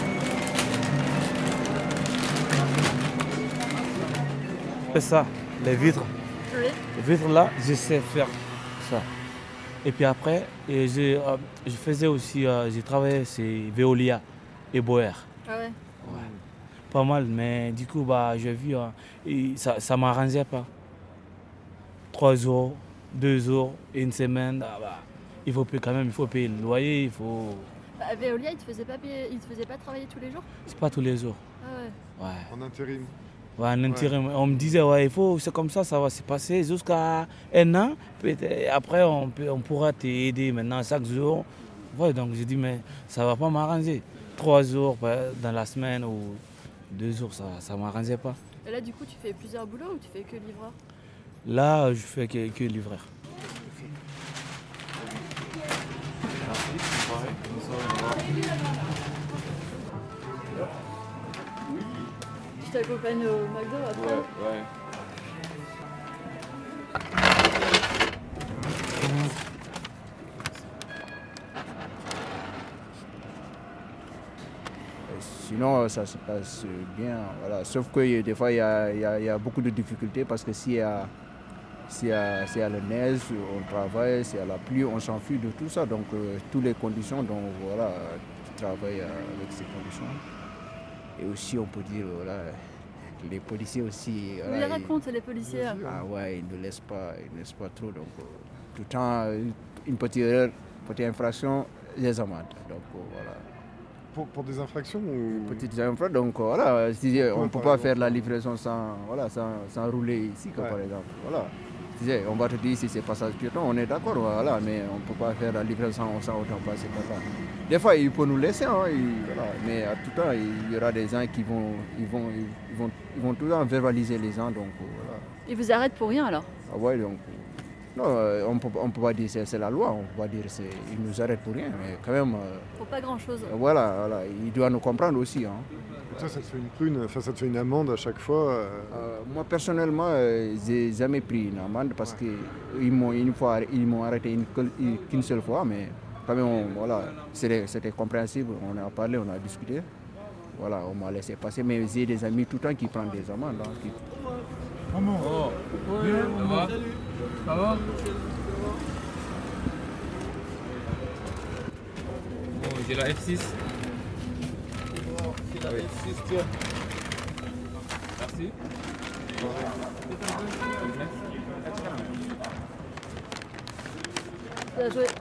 Speaker 6: C'est ça, les vitres.
Speaker 5: Oui.
Speaker 6: Les vitres là, je sais faire ça. Et puis après, je faisais aussi, j'ai travaillé chez Veolia et Boer.
Speaker 5: Ah ouais?
Speaker 6: Ouais. Pas mal, mais du coup, j'ai vu, ça ne m'arrangeait pas. 3 jours, 2 jours, une semaine, il faut payer le loyer, il faut...
Speaker 5: Veolia, il te faisait pas travailler tous les jours?
Speaker 6: C'est pas tous les jours.
Speaker 5: Ah ouais?
Speaker 6: Ouais.
Speaker 9: En intérim?
Speaker 6: Ouais, en intérim. On me disait, c'est comme ça va se passer jusqu'à 1 an. Après, on pourra t'aider maintenant chaque jour. Ouais, donc j'ai dit, mais ça va pas m'arranger. 3 jours dans la semaine ou 2 jours, ça m'arrangeait pas.
Speaker 5: Et là, du coup, tu fais plusieurs boulots ou tu fais que livreur?
Speaker 6: Là, je fais que livreur.
Speaker 5: Je t'accompagne au McDo après?
Speaker 23: Ouais.
Speaker 10: Sinon, ça se passe bien. Voilà. Sauf que des fois, il y a beaucoup de difficultés parce que s'il y a la neige, on travaille, s'il y a la pluie, on s'enfuit de tout ça. Donc, toutes les conditions, donc voilà, tu travailles avec ces conditions. Et aussi, on peut dire, les policiers aussi.
Speaker 5: Vous les racontez, les policiers?
Speaker 10: Ah ouais, ils ne laissent pas trop. Donc, tout le temps, une petite erreur, une petite infraction, les amendes. Donc, voilà.
Speaker 9: Pour des infractions ou...
Speaker 10: Petites infractions, donc voilà, on ne peut pas faire la livraison sans rouler ici, par exemple. Voilà. On va te dire si c'est passage piéton, on est d'accord, voilà, mais on ne peut pas faire la livraison sans autant passer par là. Des fois, il faut nous laisser, mais à tout temps, il y aura des gens qui vont tout le temps verbaliser les gens. Donc, voilà.
Speaker 5: Ils vous arrêtent pour rien alors?
Speaker 10: Ah ouais, donc... Non, on ne peut pas dire que c'est la loi, on ne peut pas dire qu'ils nous arrêtent pour rien, mais quand même...
Speaker 5: Pour pas grand-chose.
Speaker 10: Voilà, il doit nous comprendre aussi.
Speaker 9: Ça te fait une prune, ça te fait une amende à chaque fois?
Speaker 10: Moi, personnellement, j'ai jamais pris une amende parce qu'ils m'ont arrêté qu'une seule fois, mais quand même, c'était compréhensible, on a parlé, on a discuté. Voilà, on m'a laissé passer, mais j'ai des amis tout le temps qui prennent des amendes.
Speaker 11: Maman.
Speaker 23: Oh. Ouais, ça va? Ça va? Bon, j'ai la F6. C'est la F6, tiens. Merci.
Speaker 5: Bien joué.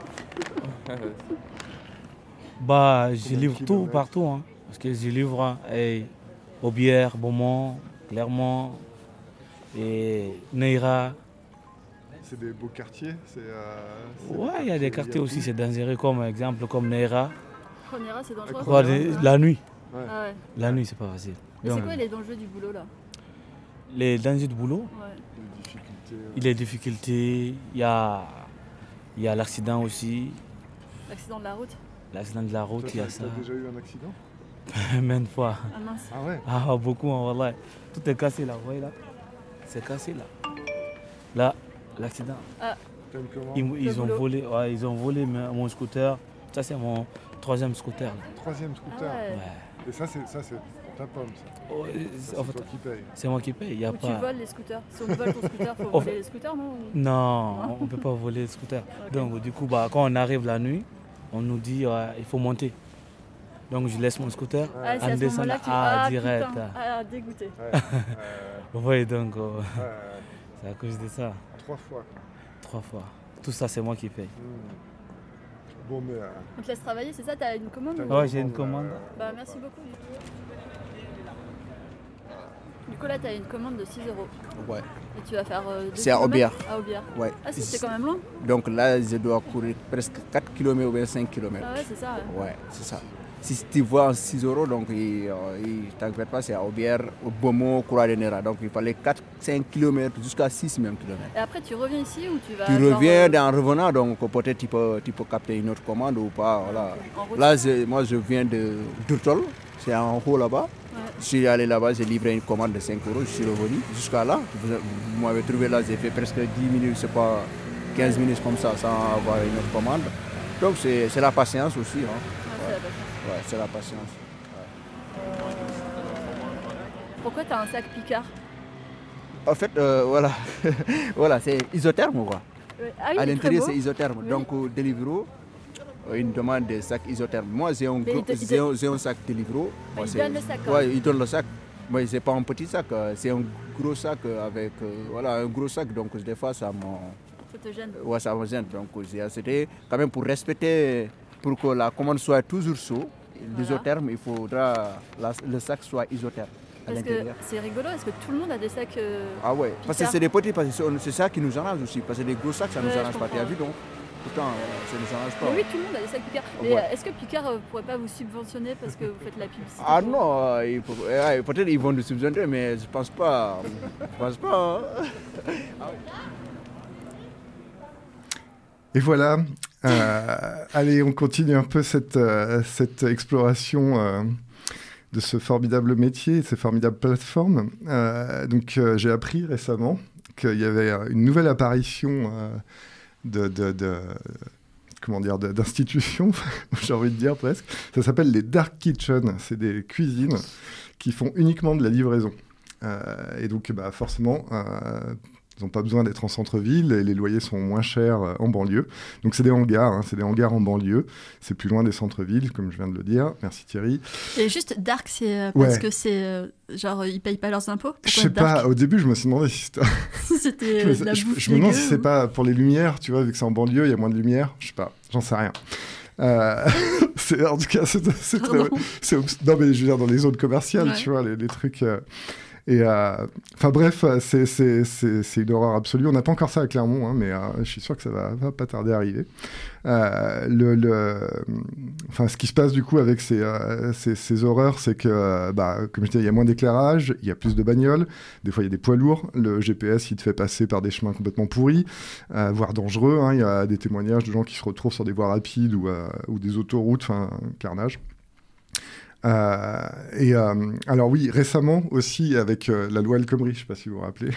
Speaker 6: Je livre tout partout, parce que je livre Aubière, Beaumont, Clermont et Neira.
Speaker 9: C'est des beaux quartiers?
Speaker 6: Ouais, il y a des quartiers aussi, c'est dangereux, comme exemple, comme Neira.
Speaker 5: Neira, c'est dangereux?
Speaker 6: La nuit.
Speaker 5: Ouais. Ah ouais.
Speaker 6: La nuit, c'est pas facile.
Speaker 5: Et c'est quoi les dangers du boulot là?
Speaker 6: les dangers de boulot. Les difficultés, il y a l'accident aussi.
Speaker 5: L'accident de la route.
Speaker 6: L'accident de la route, il y a ça.
Speaker 9: Tu as déjà eu un accident?
Speaker 6: Maintes fois.
Speaker 5: Ah mince.
Speaker 9: Ah ouais?
Speaker 6: Ah, beaucoup, wallah. Tout est cassé là, vous voyez là? C'est cassé là. Là, l'accident.
Speaker 5: Ah.
Speaker 6: Ils ont volé mon scooter. Ça, c'est mon 3e scooter. Là.
Speaker 9: 3e scooter?
Speaker 5: Ah ouais.
Speaker 9: Et ça, c'est ta pomme, ça. C'est toi qui paye.
Speaker 6: C'est moi qui paye.
Speaker 5: Ou tu voles les scooters. Si on vole ton scooter, il faut voler les scooters, non?
Speaker 6: Non, on ne peut pas voler les scooters. Okay. Donc, du coup, quand on arrive la nuit, on nous dit il faut monter. Donc, je laisse mon scooter en descendant direct.
Speaker 5: Dégoûté.
Speaker 6: Vous voyez, donc, c'est à cause de ça.
Speaker 9: 3 fois.
Speaker 6: 3 fois. Tout ça, c'est moi qui paye.
Speaker 9: Bon, mais,
Speaker 5: on te laisse travailler, c'est ça? T'as une commande?
Speaker 6: Oui, j'ai une commande.
Speaker 5: Bah, merci beaucoup. Du coup, là, t'as une commande de 6 €.
Speaker 10: Ouais.
Speaker 5: Et tu vas faire
Speaker 10: c'est à Aubière.
Speaker 5: À Aubière.
Speaker 10: Ouais.
Speaker 5: Ah, c'est quand même loin.
Speaker 10: Donc là, je dois courir presque 4 km ou bien 5 km.
Speaker 5: Ah ouais, c'est ça.
Speaker 10: Ouais, c'est ça. Si tu vois 6 €, donc il t'inquiète pas, c'est à Aubière, au Beaumont, Croix-des-Nera. Donc il fallait 4-5 km jusqu'à 6 même kilomètres.
Speaker 5: Et après, tu reviens ici ou tu vas...
Speaker 10: Tu reviens en revenant, donc peut-être tu peux capter une autre commande ou pas. Voilà. Là, moi, je viens de Durtol, c'est en haut là-bas. Ouais. Je suis allé là-bas, j'ai livré une commande de 5 €, je suis revenu jusqu'à là. Vous m'avez trouvé là, j'ai fait presque 10 minutes, c'est pas 15 minutes comme ça, sans avoir une autre commande. Donc c'est la patience aussi. Hein. Ouais, c'est la patience. Ouais.
Speaker 5: Pourquoi tu as un sac Picard?
Speaker 10: En fait, voilà, voilà, c'est isotherme quoi.
Speaker 5: Ah oui,
Speaker 10: à l'intérieur, c'est
Speaker 5: beau.
Speaker 10: isotherme. Oui. Donc, Deliveroo, ils demandent des sacs isothermes. Moi, j'ai un sac Deliveroo.
Speaker 5: Ils donnent le sac.
Speaker 10: Oui, ils donnent le sac. Mais c'est pas un petit sac, c'est un gros sac avec, un gros sac. Donc, des fois, ça
Speaker 5: te gêne.
Speaker 10: Ouais, ça me gêne. Donc, c'était quand même pour respecter, pour que la commande soit toujours chaude. L'isotherme, il faudra le sac soit isotherme.
Speaker 5: Parce que c'est rigolo, est-ce que tout le monde a des sacs
Speaker 10: Ah ouais, parce que c'est des petits, c'est ça qui nous arrange aussi. Parce que les gros sacs, ça nous arrange pas. Tu as vu donc? Pourtant, ça ne nous arrange pas.
Speaker 5: Mais oui, tout le monde a des sacs Picard. Mais est-ce que Picard ne pourrait pas vous subventionner parce que vous faites la publicité?
Speaker 10: Ah non, peut-être ils vont nous subventionner, mais je pense pas. Je pense pas.
Speaker 9: Et voilà. Allez, on continue un peu cette exploration de ce formidable métier, de ces formidables plateformes. Donc, j'ai appris récemment qu'il y avait une nouvelle apparition d'institutions, j'ai envie de dire presque. Ça s'appelle les Dark Kitchen. C'est des cuisines qui font uniquement de la livraison. Et donc, forcément... ils n'ont pas besoin d'être en centre-ville et les loyers sont moins chers en banlieue. Donc c'est des hangars, c'est des hangars en banlieue. C'est plus loin des centres-villes, comme je viens de le dire. Merci Thierry.
Speaker 5: Et juste dark, c'est parce que c'est genre ils payent pas leurs impôts?
Speaker 9: Je sais pas. Au début, je me suis demandé si
Speaker 5: c'était de la bouffe.
Speaker 9: Je me demande si c'est pas pour les lumières, tu vois, vu que c'est en banlieue, il y a moins de lumière. Je sais pas. J'en sais rien. En tout cas, c'est très. Non mais je veux dire dans les zones commerciales, tu vois, les trucs. Et enfin bref, c'est une horreur absolue. On n'a pas encore ça à Clermont, mais je suis sûr que ça va pas tarder à arriver. Ce qui se passe du coup avec ces horreurs, c'est que, comme je disais, il y a moins d'éclairage, il y a plus de bagnoles, des fois il y a des poids lourds, le GPS il te fait passer par des chemins complètement pourris, voire dangereux. Il y a des témoignages de gens qui se retrouvent sur des voies rapides ou des autoroutes, carnage. Alors oui, récemment aussi avec la loi El Khomri, je ne sais pas si vous vous rappelez.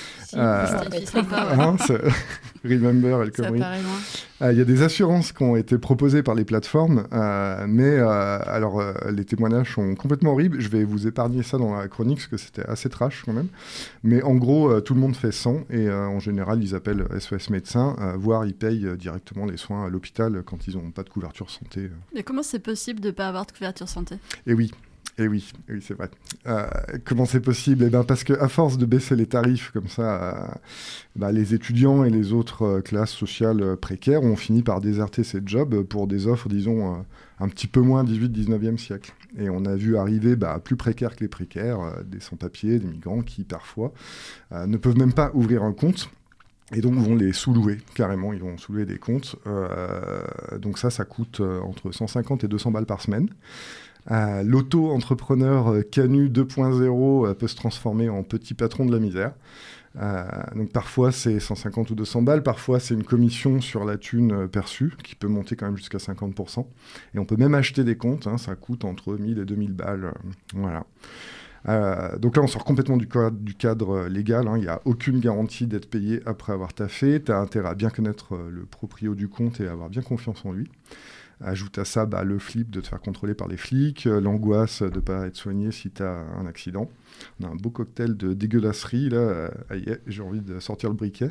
Speaker 9: Remember El Khomri. Il y a des assurances qui ont été proposées par les plateformes, mais les témoignages sont complètement horribles. Je vais vous épargner ça dans la chronique parce que c'était assez trash quand même. Mais en gros, tout le monde fait 100 et en général, ils appellent SOS médecins, voire ils payent directement les soins à l'hôpital quand ils n'ont pas de couverture santé.
Speaker 5: Mais comment c'est possible de ne pas avoir de couverture santé ?
Speaker 9: Et oui, c'est vrai. Comment c'est possible ? Parce qu'à force de baisser les tarifs comme ça, les étudiants et les autres classes sociales précaires ont fini par déserter ces jobs pour des offres, disons, un petit peu moins 18-19e siècle. Et on a vu arriver plus précaires que les précaires, des sans-papiers, des migrants qui, parfois, ne peuvent même pas ouvrir un compte. Et donc, vont les sous-louer, carrément. Ils vont sous-louer des comptes. Donc ça coûte entre 150 et 200 balles par semaine. L'auto-entrepreneur Canu 2.0 peut se transformer en petit patron de la misère. Donc parfois c'est 150 ou 200 balles, parfois c'est une commission sur la thune perçue qui peut monter quand même jusqu'à 50%. Et on peut même acheter des comptes, hein, ça coûte entre 1000 et 2000 balles. Voilà. Donc là on sort complètement du cadre légal, hein. Il n'y a aucune garantie d'être payé après avoir taffé. Tu as intérêt à bien connaître le proprio du compte et avoir bien confiance en lui. Ajoute à ça le flip de te faire contrôler par les flics, l'angoisse de ne pas être soigné si tu as un accident. On a un beau cocktail de dégueulasserie, là. J'ai envie de sortir le briquet.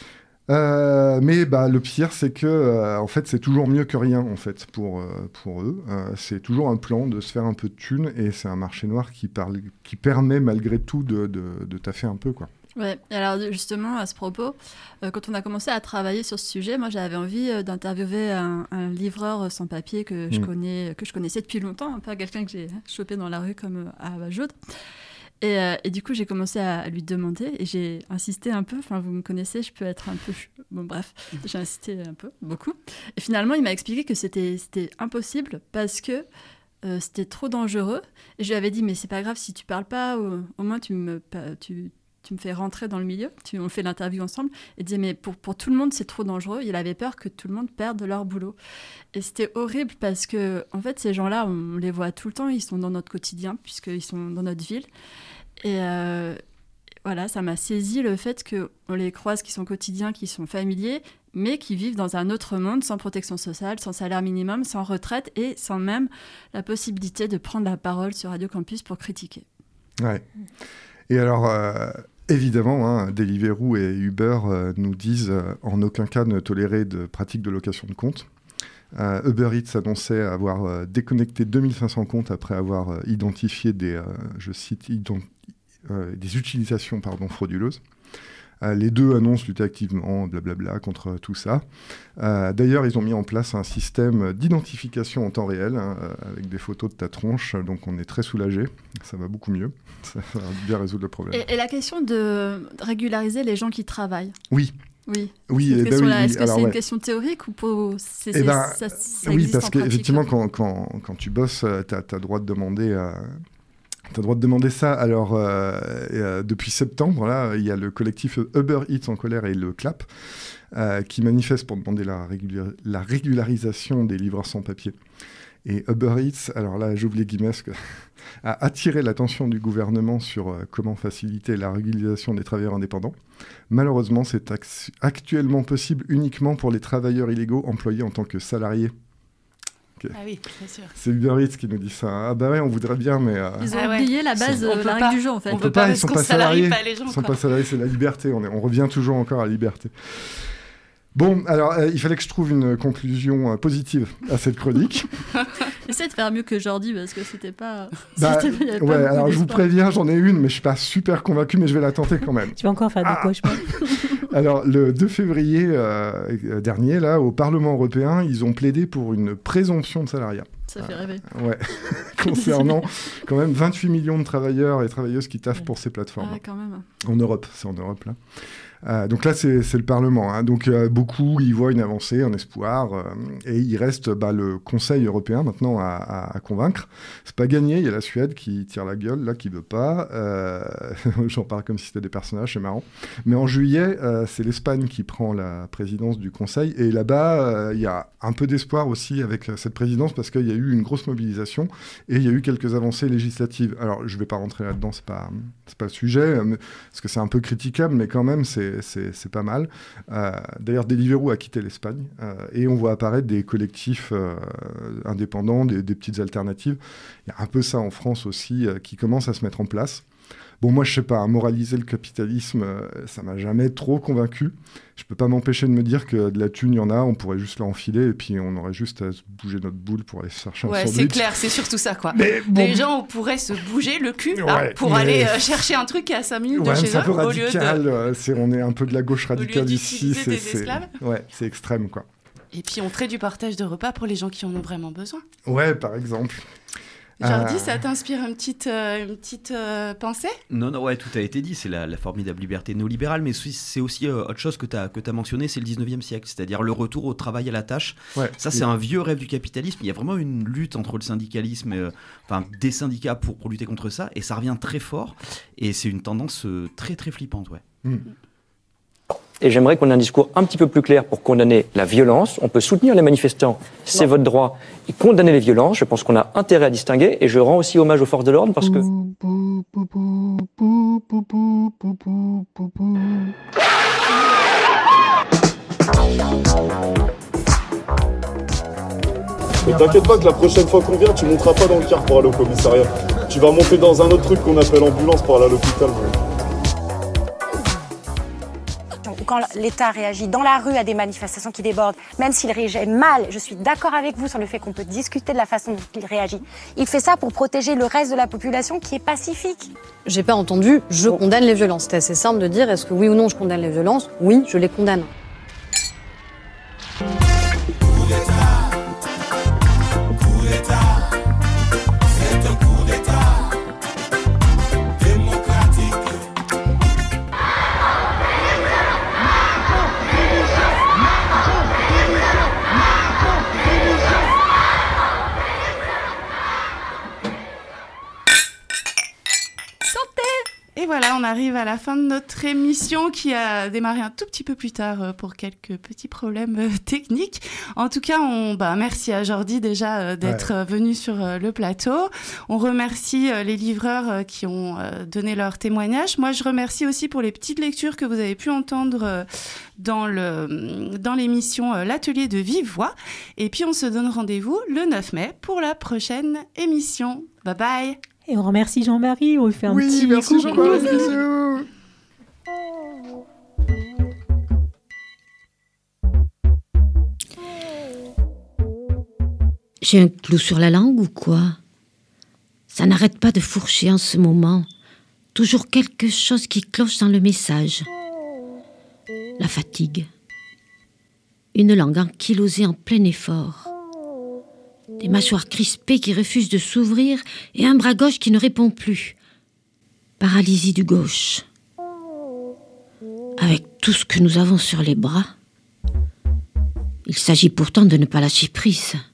Speaker 9: Mais le pire, c'est que en fait, c'est toujours mieux que rien en fait, pour eux. C'est toujours un plan de se faire un peu de thunes et c'est un marché noir qui permet malgré tout de taffer un peu, quoi.
Speaker 5: Ouais, alors justement, à ce propos, quand on a commencé à travailler sur ce sujet, moi j'avais envie d'interviewer un livreur sans papier que je connaissais depuis longtemps, pas quelqu'un que j'ai chopé dans la rue comme à Vajaude. Et du coup, j'ai commencé à lui demander et j'ai insisté un peu. Enfin, vous me connaissez, je peux être un peu... Bon, bref, j'ai insisté un peu, beaucoup. Et finalement, il m'a expliqué que c'était impossible parce que c'était trop dangereux. Et je lui avais dit, mais c'est pas grave si tu parles pas, au moins tu me fais rentrer dans le milieu, on fait l'interview ensemble, et disait mais pour tout le monde c'est trop dangereux, il avait peur que tout le monde perde leur boulot. Et c'était horrible parce que en fait ces gens-là, on les voit tout le temps, ils sont dans notre quotidien puisqu'ils sont dans notre ville. Et voilà, ça m'a saisi le fait qu'on les croise qui sont quotidiens, qui sont familiers, mais qui vivent dans un autre monde, sans protection sociale, sans salaire minimum, sans retraite et sans même la possibilité de prendre la parole sur Radio Campus pour critiquer.
Speaker 9: Ouais. Et alors, évidemment, hein, Deliveroo et Uber nous disent en aucun cas ne tolérer de pratiques de location de comptes. Uber Eats annonçait avoir déconnecté 2500 comptes après avoir identifié des utilisations frauduleuses. Les deux annoncent lutter activement, blablabla, contre tout ça. D'ailleurs, ils ont mis en place un système d'identification en temps réel, hein, avec des photos de ta tronche, donc on est très soulagés. Ça va beaucoup mieux. Ça va bien résoudre le problème.
Speaker 5: Et la question de régulariser les gens qui travaillent.
Speaker 9: Oui.
Speaker 5: Est-ce que c'est une question théorique ou ça existe
Speaker 9: oui, parce
Speaker 5: en pratique,
Speaker 9: qu'effectivement, quand tu bosses, tu as droit de demander... T'as le droit de demander ça. Alors, depuis septembre, là, il y a le collectif Uber Eats en colère et le CLAP qui manifestent pour demander la régularisation des livreurs sans papier. Et Uber Eats, alors là, j'ouvre les guillemets, a attiré l'attention du gouvernement sur comment faciliter la régularisation des travailleurs indépendants. Malheureusement, c'est actuellement possible uniquement pour les travailleurs illégaux employés en tant que salariés. Okay.
Speaker 8: Ah oui, bien sûr.
Speaker 9: C'est Uber Eats qui nous dit ça. Ah bah ouais, on voudrait bien, mais...
Speaker 5: Ils ont oublié la base, la règle du jeu, en fait.
Speaker 9: On peut pas, ils sont pas salariés.
Speaker 8: Les gens,
Speaker 9: ils sont pas salariés, c'est la liberté. On revient toujours encore à la liberté. Bon, alors, il fallait que je trouve une conclusion positive à cette chronique.
Speaker 5: Essaye de faire mieux que Jordi, parce que c'était pas...
Speaker 9: alors je vous préviens, j'en ai une, mais je suis pas super convaincu, mais je vais la tenter quand même.
Speaker 7: Tu vas encore faire des cauchemars.
Speaker 9: Alors, le 2 février dernier, là, au Parlement européen, ils ont plaidé pour une présomption de salariat.
Speaker 5: Ça fait rêver.
Speaker 9: Ouais, concernant quand même 28 millions de travailleurs et travailleuses qui taffent pour ces plateformes.
Speaker 5: Ah, quand même.
Speaker 9: En Europe, c'est en Europe, là. Donc là, c'est le Parlement. Hein. Donc beaucoup y voient une avancée, un espoir. Et il reste le Conseil européen maintenant à convaincre. C'est pas gagné. Il y a la Suède qui tire la gueule, là, qui veut pas. J'en parle comme si c'était des personnages, c'est marrant. Mais en juillet, c'est l'Espagne qui prend la présidence du Conseil. Et là-bas, il y a un peu d'espoir aussi avec cette présidence parce qu'il y a eu une grosse mobilisation et il y a eu quelques avancées législatives. Alors, je vais pas rentrer là-dedans, c'est pas le sujet, parce que c'est un peu critiquable, mais quand même, c'est pas mal. D'ailleurs, Deliveroo a quitté l'Espagne et on voit apparaître des collectifs indépendants, des petites alternatives. Il y a un peu ça en France aussi qui commence à se mettre en place. Bon, moi, je sais pas, moraliser le capitalisme, ça m'a jamais trop convaincu. Je peux pas m'empêcher de me dire que de la thune, il y en a, on pourrait juste l'enfiler et puis on aurait juste à se bouger notre boule pour aller chercher un sandwich.
Speaker 8: Ouais, c'est clair, c'est surtout ça, quoi.
Speaker 9: Mais bon,
Speaker 8: les gens pourraient se bouger le cul pour aller chercher un truc à 5 minutes de chez eux.
Speaker 9: C'est un peu radical,
Speaker 8: au lieu de...
Speaker 9: on est un peu de la gauche radicale ici.
Speaker 8: C'est des esclaves.
Speaker 9: Ouais, c'est extrême, quoi.
Speaker 8: Et puis on ferait du partage de repas pour les gens qui en ont vraiment besoin.
Speaker 9: Ouais, par exemple.
Speaker 8: Jordi, ça t'inspire une petite pensée ?
Speaker 12: Non, ouais, tout a été dit. C'est la formidable liberté néolibérale, mais c'est aussi autre chose que tu as mentionné, c'est le 19e siècle, c'est-à-dire le retour au travail à la tâche. Ouais, ça, c'est un vieux rêve du capitalisme. Il y a vraiment une lutte entre le syndicalisme, des syndicats pour lutter contre ça, et ça revient très fort. Et c'est une tendance très, très flippante, ouais.
Speaker 13: Et j'aimerais qu'on ait un discours un petit peu plus clair pour condamner la violence. On peut soutenir les manifestants, c'est votre droit, et condamner les violences. Je pense qu'on a intérêt à distinguer, et je rends aussi hommage aux forces de l'ordre parce que...
Speaker 11: Mais t'inquiète pas que la prochaine fois qu'on vient, tu monteras pas dans le car pour aller au commissariat. Tu vas monter dans un autre truc qu'on appelle ambulance pour aller à l'hôpital.
Speaker 14: Quand l'État réagit dans la rue à des manifestations qui débordent, même s'il réagit mal, je suis d'accord avec vous sur le fait qu'on peut discuter de la façon dont il réagit. Il fait ça pour protéger le reste de la population qui est pacifique.
Speaker 15: J'ai pas entendu « je condamne les violences ». C'était assez simple de dire « est-ce que oui ou non je condamne les violences ?» Oui, je les condamne.
Speaker 8: Et voilà, on arrive à la fin de notre émission qui a démarré un tout petit peu plus tard pour quelques petits problèmes techniques. En tout cas, merci à Jordi déjà d'être venu sur le plateau. On remercie les livreurs qui ont donné leur témoignage. Moi, je remercie aussi pour les petites lectures que vous avez pu entendre dans l'émission L'Atelier de Vive Voix. Et puis, on se donne rendez-vous le 9 mai pour la prochaine émission. Bye bye.
Speaker 7: Et on remercie Jean-Marie, on lui fait un petit
Speaker 9: merci
Speaker 7: coucou.
Speaker 9: Jean-Marie, bisous.
Speaker 24: J'ai un clou sur la langue ou quoi ? Ça n'arrête pas de fourcher en ce moment. Toujours quelque chose qui cloche dans le message. La fatigue. Une langue ankylosée en plein effort. Des mâchoires crispées qui refusent de s'ouvrir et un bras gauche qui ne répond plus. Paralysie du gauche. Avec tout ce que nous avons sur les bras, il s'agit pourtant de ne pas lâcher prise.